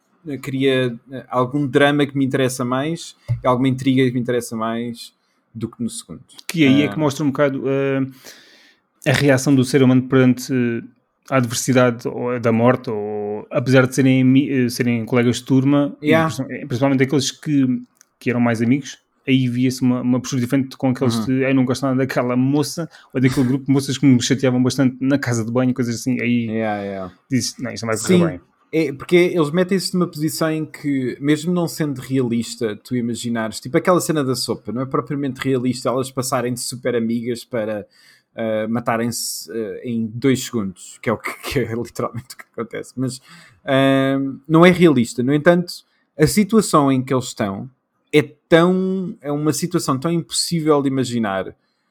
cria algum drama que me interessa mais, alguma intriga que me interessa mais do que no segundo. Que aí é Ah, que mostra um bocado uh, a reação do ser humano perante uh, a adversidade ou da morte, ou apesar de serem, ami- uh, serem colegas de turma, e Yeah. princi- principalmente aqueles que, que eram mais amigos, aí via-se uma, uma postura diferente com aqueles Uhum. de eu não gosto nada daquela moça, ou daquele grupo de moças que me chateavam bastante na casa de banho, coisas assim. Aí yeah, yeah. dizes, não, isto não vai correr Sim, bem. é, porque eles metem-se numa posição em que, mesmo não sendo realista, tu imaginares, tipo aquela cena da sopa, não é propriamente realista elas passarem de super amigas para uh, matarem-se uh, em dois segundos, que é o que, que é literalmente o que acontece, mas uh, não é realista. No entanto, a situação em que eles estão é tão, é uma situação tão impossível de imaginar.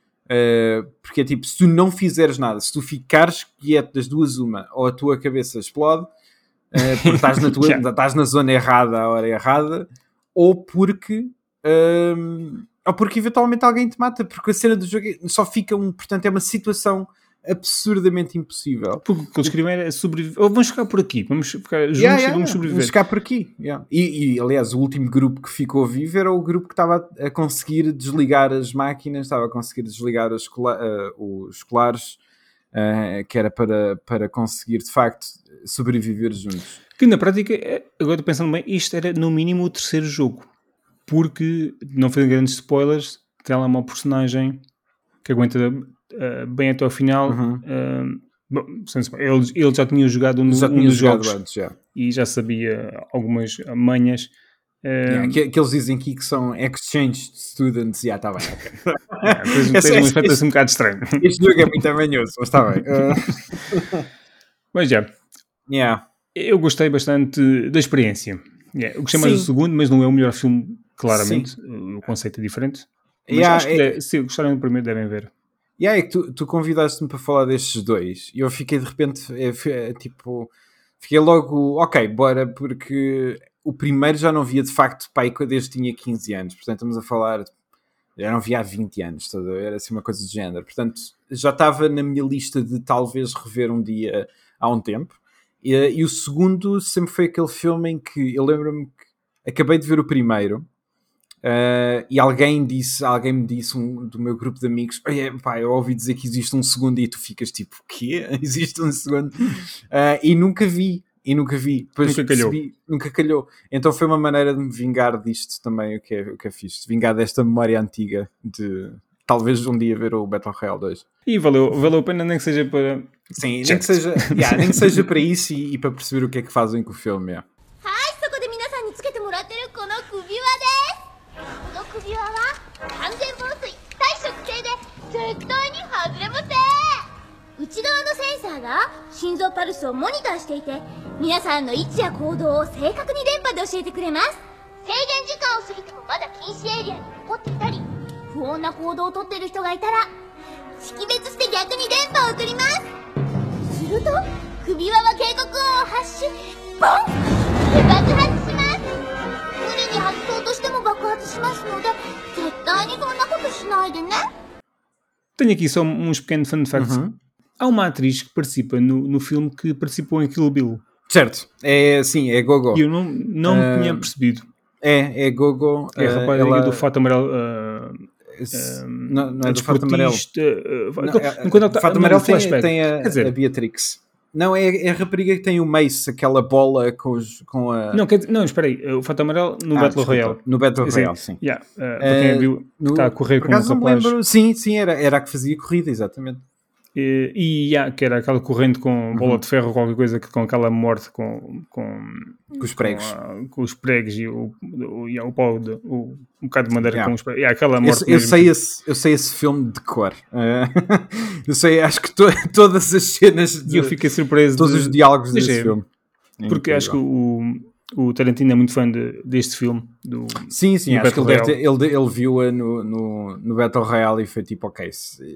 Uh, porque é tipo, se tu não fizeres nada, se tu ficares quieto das duas uma, ou a tua cabeça explode, uh, porque estás na, tua, Yeah. estás na zona errada à hora errada, ou porque um, ou porque eventualmente alguém te mata, porque a cena do jogo é- só fica um, portanto é uma situação absurdamente impossível. Porque o que eles queriam era sobreviver. Ou vamos ficar por aqui, vamos ficar juntos Yeah, e yeah, vamos yeah. sobreviver. Vamos ficar por aqui. Yeah. E, e, aliás, o último grupo que ficou vivo era o grupo que estava a conseguir desligar as máquinas, estava a conseguir desligar os, cola- uh, os colares, uh, que era para, para conseguir, de facto, sobreviver juntos. Que na prática, é- agora pensando bem, isto era no mínimo o terceiro jogo. Porque, não fazendo grandes spoilers, tem lá uma personagem que aguenta uh, bem até ao final. Uhum. Uh, bom, sem spoiler, ele, ele já tinha jogado no, Já um tinha dos jogado jogos antes, já. e já sabia algumas manhas. Uh, Yeah, que, que eles dizem aqui que são exchange students. Já, está bem, ok. yeah, tens, Esse- tens um esse- aspecto assim um bocado estranho. Este jogo é muito amanhoso, mas está bem. Uh, Mas já, yeah. eu gostei bastante da experiência. Yeah, eu gostei mais do Sim. segundo, mas não é o melhor filme, claramente. O conceito é diferente. Mas Yeah, acho que é- de- se gostarem do primeiro, devem ver. E aí, é que tu, tu convidaste-me para falar destes dois e eu fiquei de repente, é, fi- é, tipo, fiquei logo, ok, bora, porque o primeiro já não via de facto pai desde que tinha quinze anos, portanto estamos a falar, já não via há vinte anos, tá a ver? Era assim uma coisa do género, portanto já estava na minha lista de talvez rever um dia há um tempo. E, e o segundo sempre foi aquele filme em que eu lembro-me que acabei de ver o primeiro. Uh, e alguém disse, alguém me disse um, do meu grupo de amigos, "Olha, pá, eu ouvi dizer que existe um segundo", e tu ficas tipo, o quê? Existe um segundo? Uh, e nunca vi. e nunca vi. Depois Nunca calhou. percebi, nunca calhou. Então foi uma maneira de me vingar disto também, o que é, o que é fixe. Vingar desta memória antiga de talvez um dia ver o Battle Royale dois. E valeu, valeu a pena, nem que seja para... Sim, nem que, seja, yeah, nem que seja para isso e, e para perceber o que é que fazem com o filme. Yeah. はい、そこで皆さんにつけてもらってるこの首輪ですこの首輪は完全防水耐食性で絶対に外れません内側のセンサーが心臓パルスをモニターしていて皆さんの位置や行動を正確に電波で教えてくれます制限時間を過ぎてもまだ禁止エリアに残っていたり不穏な行動をとっている人がいたら識別して逆に電波を送りますすると首輪は警告音を発しボンで爆発します無理に外そうとしても爆発しますので絶対にそんなことしないでね Tenho aqui só uns pequenos fun facts. Uhum. Há uma atriz que participa no, no filme que participou em Kill Bill. Certo, é sim, é Gogo. E eu não, não me Uh, tinha percebido. É, é Gogo. É a uh, rapariga ela- do fato amarelo. uh, Esse- um, não, não a é do fato amarelo. desportista, uh, Não, quando- é- quando ela tá- Fato no amarelo tem, flashback. tem a, Quer dizer, a Beatrix. Não, é, é a rapariga que tem o Mace, aquela bola com, os, com a... não, quer dizer, não, espera aí. O fato amarelo no Ah, Battle desculpa, Royale. No Battle Sim, Royale, sim. Yeah, uh, para quem Eh, viu, No- está a correr por com um acaso não me rapaz. lembro. Sim, sim, era, era a que fazia corrida, exatamente. E, e yeah, que era aquela corrente com bola Uhum. de ferro ou qualquer coisa, que, com aquela morte com, com, Com os pregos. com, a- com os pregos e o, o, yeah, o pau, de, o, um bocado de madeira Yeah. com os pregos. Yeah, aquela Eu, morte eu mesmo. sei esse, eu sei esse filme de cor. Eh, eu sei, acho que to- todas as cenas, E de, eu fiquei surpreso todos de- os diálogos Mas desse é, filme. É porque acho que incrível. o, o Tarantino é muito fã de, deste filme. Do, Sim, sim, no acho que ele, Battle deve ter, ele, ele viu-a no, no, no Battle Royale e foi tipo, ok. Se,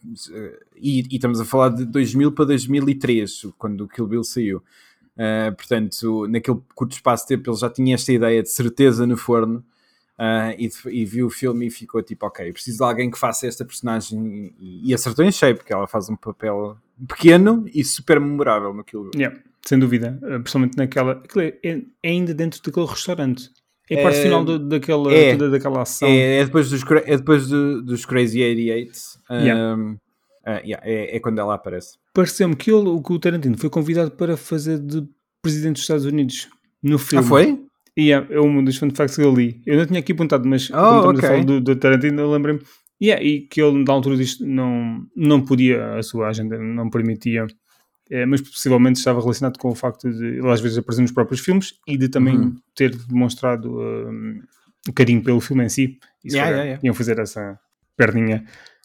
se- e, e estamos a falar de dois mil para dois mil e três, quando o Kill Bill saiu. Uh, portanto, naquele curto espaço de tempo, ele já tinha esta ideia de certeza no forno. Uh, e, e viu o filme e ficou tipo, ok, preciso de alguém que faça esta personagem. E, e acertou em cheio, porque ela faz um papel pequeno e super memorável no Kill Bill. Yeah, sem dúvida. Uh, Principalmente naquela. Aquilo é, é ainda dentro daquele restaurante. É a parte É- final do- daquela, é. toda daquela ação. É, é depois dos, cra- é depois do- dos Crazy oitenta e oito. Um, Yeah. uh, yeah, é, é quando ela aparece. Pareceu-me que, ele, que o Tarantino foi convidado para fazer de presidente dos Estados Unidos no filme. Ah, foi? E é, é um dos fun facts que eu li. Eu não tinha aqui apontado, mas Oh, como estamos ok. a falar do, do Tarantino, eu lembrei-me. Yeah, e que ele, na altura disto, não, não podia, a sua agenda não permitia, eh, mas possivelmente estava relacionado com o facto de ele às vezes aparecer nos próprios filmes e de também Uhum. ter demonstrado um, carinho pelo filme em si. E se Yeah, calhar yeah, yeah. iam fazer essa perninha.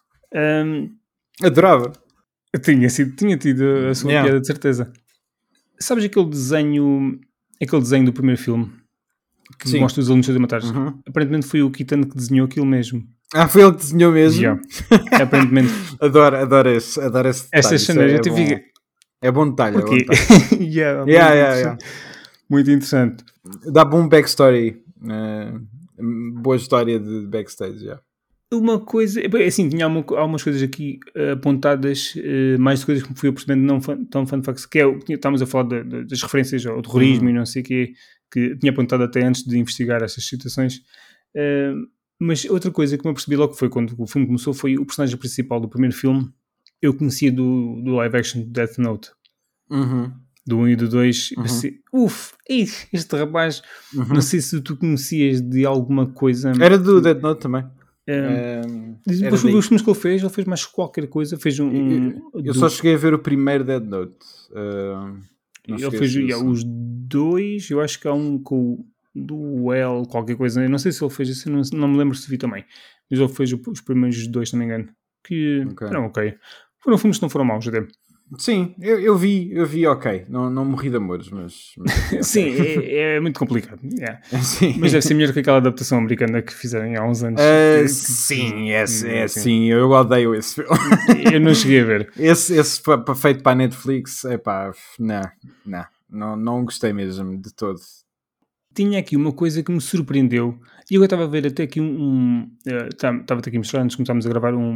Um, Adorava. tinha, sido, tinha tido a sua Yeah. piada, de certeza. Sabes aquele desenho, aquele desenho do primeiro filme que Sim. mostra os alunos a matar? Uhum. Aparentemente foi o Kitano que desenhou aquilo mesmo. Ah, foi ele que desenhou mesmo? Yeah. Aparentemente. Adoro, adoro esse, adoro esse detalhe. Estas Isso cenas, é, eu te bom, fico. é bom detalhe. É bom Porquê? detalhe. yeah, Yeah, muito, yeah, yeah. interessante. Muito interessante. Dá bom backstory. eh, boa história de backstage. Yeah. Uma coisa, bem, assim, tinha alguma- algumas coisas aqui eh, apontadas, eh, mais de coisas que me fui apercebendo, não fun- tão fun facts, que é o que estávamos a falar de- de- das referências ao terrorismo Uhum. e não sei o quê, que tinha apontado até antes de investigar estas situações. Eh, mas outra coisa que me apercebi logo foi quando o filme começou, foi o personagem principal do primeiro filme, eu conhecia do, do live action de Death Note, Uhum. do um e do dois, e Uhum. pensei, uff, ei, este rapaz, Uhum. não sei se tu conhecias de alguma coisa. Era do Dead Note também. eh, Eh, Diz- era Depois fui ver daí. os filmes que ele fez, ele fez mais qualquer coisa, fez um... um eu eu do- só cheguei a ver o primeiro Dead Note. eh, não ele cheguei a fez ver o yeah, segundo. os dois, eu acho que há um com o do Well, qualquer coisa, eu não sei se ele fez isso, eu não, não me lembro se vi também, mas ele fez o- os primeiros dois, se não me engano, que Ok. eram ok. Foram filmes que não foram maus até. Sim, eu, eu vi, eu vi ok. Não, não morri de amores, mas. mas Sim, é, é muito complicado, yeah. sim. Mas deve ser melhor que aquela adaptação americana que fizeram há uns anos. Eh, Que- sim, é, é Sim. sim, eu odeio esse filme. Eu não cheguei a ver. Esse, esse pa- pa- feito para a Netflix, é pá, não, não, não, não gostei mesmo de todo. Tinha aqui uma coisa que me surpreendeu e eu estava a ver até aqui um, um eh, tá- estava-te aqui a mostrar antes de começarmos a gravar um,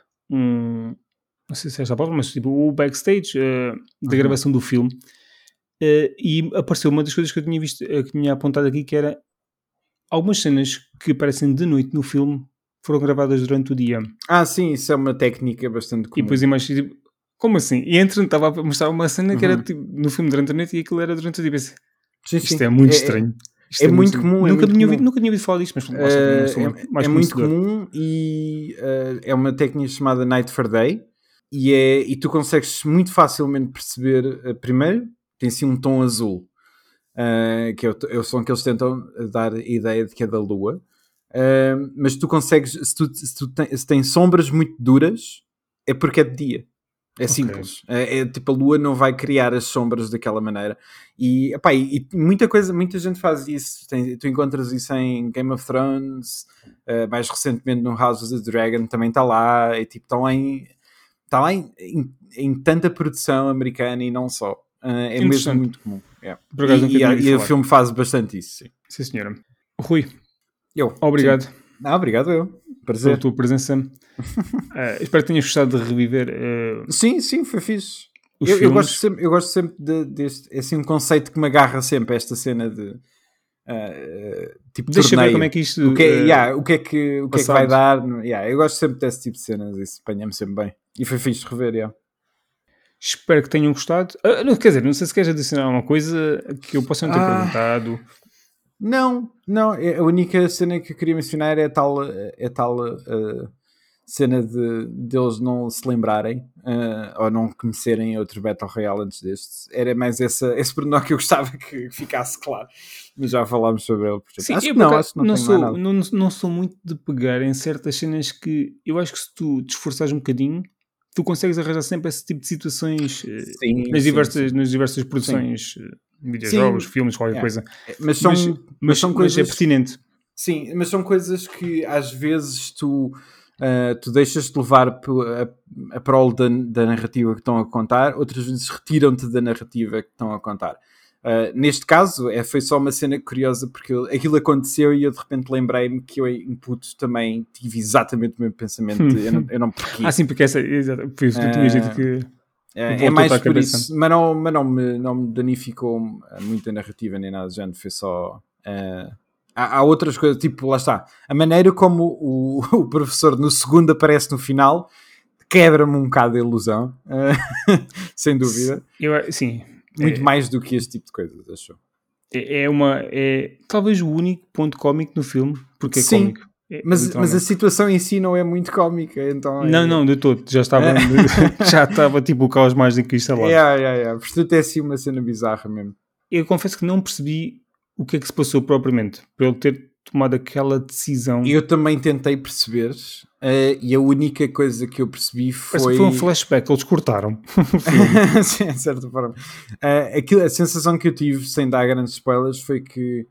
um não sei se é esta a palavra, mas tipo o backstage eh, da Uhum. gravação do filme, eh, e apareceu uma das coisas que eu tinha visto, eh, que tinha apontado aqui, que era algumas cenas que aparecem de noite no filme foram gravadas durante o dia Ah, sim, isso é uma técnica bastante e comum. depois imagens tipo, Como assim? E entretanto estava a mostrar uma cena que era Uhum. tipo, no filme durante a noite e aquilo era durante o dia. E pensei, Sim, isto sim. é muito estranho. Isto é muito estranho. comum, é Nunca, muito tinha comum. ouvido, nunca tinha ouvido falar disto, mas lá está, também não sou Uh, mais é, é muito conhecedor. comum e uh, é uma técnica chamada Night for Day e, é, e tu consegues muito facilmente perceber, uh, primeiro, tem assim um tom azul, uh, que é o, é o som que eles tentam dar a ideia de que é da lua, uh, mas tu consegues, se, tu, se, tu tem, se tem sombras muito duras, é porque é de dia. É Ok. simples. É, é tipo, a lua não vai criar as sombras daquela maneira. E, epá, e, e muita coisa, muita gente faz isso. Tem, tu encontras isso em Game of Thrones, uh, mais recentemente no House of the Dragon também está lá. E tipo, está lá, em, está lá em, em, em tanta produção americana e não só. Uh, é mesmo Interessante. muito comum. Yeah. Por acaso nunca E, tinha e, ouvido e o falar. filme faz bastante isso. Sim. Sim, senhora. Rui, Eu. obrigado Sim. Ah, obrigado eu. pela Prazer. tua presença. Uh, espero que tenhas gostado de reviver uh, Sim, sim, foi fixe. os Eu, eu filmes. gosto sempre, eu gosto sempre de, deste, é assim um conceito que me agarra sempre, esta cena de uh, tipo Deixa torneio. ver como é que isto O que, é- uh, yeah, o que é que, o que, é que vai passado. dar? Yeah, eu gosto sempre desse tipo de cenas, isso apanha-me sempre bem. E foi fixe de rever, yeah. Espero que tenham gostado. Uh, não, quer dizer, não sei se queres adicionar alguma coisa que eu possa não ter Ah. perguntado. Não, não, é- a única cena que eu queria mencionar é a tal, é a tal uh, cena de, de eles não se lembrarem uh, ou não conhecerem outro Battle Royale antes deste. Era mais essa, esse pormenor que eu gostava que ficasse claro, mas já falámos sobre ele. Portanto, Sim, acho eu que por não, acaso acho que não, não tenho mais sou, nada. não, não sou muito de pegar em certas cenas que eu acho que se tu te esforçares um bocadinho, tu consegues arranjar sempre esse tipo de situações eh, Sim, nas, sim, diversas, sim. nas diversas produções, eh, videojogos, Sim, filmes, qualquer yeah. coisa. Mas são, Mas, mas, mas, são mas coisas. é pertinente. Sim, mas são coisas que às vezes tu, uh, tu deixas-te levar p- a, a prol da, da narrativa que estão a contar, outras vezes retiram-te da narrativa que estão a contar. Uh, neste caso, é, foi só uma cena curiosa porque eu- aquilo aconteceu e eu de repente lembrei-me que eu em puto também tive exatamente o mesmo pensamento. De, eu, não, eu não porquê. Ah, sim, porque essa, exato, por isso tu tinhas dito que É, é voltou-te mais à por cabeça. isso, mas não, mas não, me, não me danificou muito a narrativa nem nada do género, foi só. Uh, há, há outras coisas, tipo, lá está, a maneira como o, o professor no segundo aparece no final quebra-me um bocado a ilusão, uh, sem dúvida. Eu, sim, Muito é, mais do que este tipo de coisas, acho. é, é uma. É talvez o único ponto cómico no filme, porque é Sim, cómico. É, é mas, mas a literalmente. situação em si não é muito cómica, então. Não, é, não, de todo. Já estava, já estava tipo o caos mágico instalado. Yeah, yeah, yeah. Portanto, é assim uma cena bizarra mesmo. Eu confesso que não percebi o que é que se passou propriamente, para ele ter tomado aquela decisão. Eu também tentei perceber, uh, e a única coisa que eu percebi foi. Parece que foi um flashback, eles cortaram. Sim, de certa forma. Uh, aquilo, a sensação que eu tive, sem dar grandes spoilers, foi que.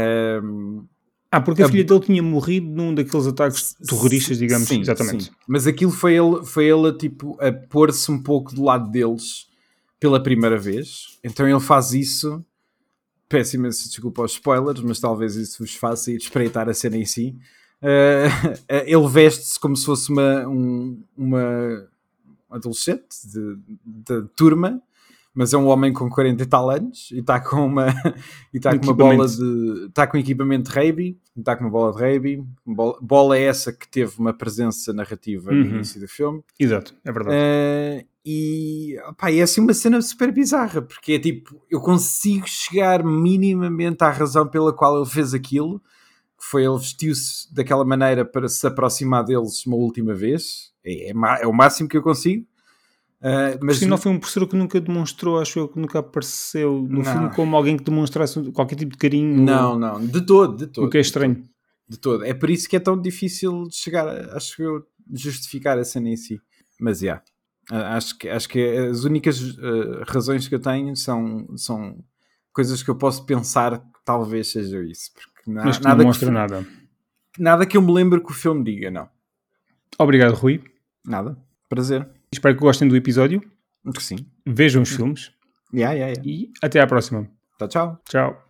Uh, ah, porque a, a filha dele tinha morrido num daqueles ataques terroristas, digamos. Sim, exatamente. Sim. Mas aquilo foi ele, foi ele a, tipo, a pôr-se um pouco do lado deles pela primeira vez. Então ele faz isso. Peço imenso desculpa aos spoilers, mas talvez isso vos faça ir espreitar a cena em si. Uh, ele veste-se como se fosse uma, um, uma adolescente de, de turma, mas é um homem com quarenta e tal anos e está com uma e está com uma bola de está com equipamento de rugby, está com uma bola de rugby, bola, bola é essa que teve uma presença narrativa uhum. no início do filme. Exato, é verdade. Uh, e opá, é assim uma cena super bizarra, porque é tipo, eu consigo chegar minimamente à razão pela qual ele fez aquilo, que foi ele vestiu-se daquela maneira para se aproximar deles uma última vez, é, é, é o máximo que eu consigo. Uh, mas não foi um professor que nunca demonstrou, acho eu, que nunca apareceu no não. filme como alguém que demonstrasse qualquer tipo de carinho. Não, ou... não, de todo, de todo. O que é estranho. De todo, de todo. É por isso que é tão difícil de chegar, a, acho eu, justificar a cena em si. Mas, já, yeah, acho, que, acho que as únicas uh, razões que eu tenho são, são coisas que eu posso pensar que talvez seja isso. Porque na, mas que nada não mostra que, nada. Nada que eu me lembre que o filme diga, não. Obrigado, Rui. Nada, prazer. Espero que gostem do episódio. Que sim. Vejam os filmes. Yeah, yeah, yeah. E até à próxima. Tchau, tchau. Tchau.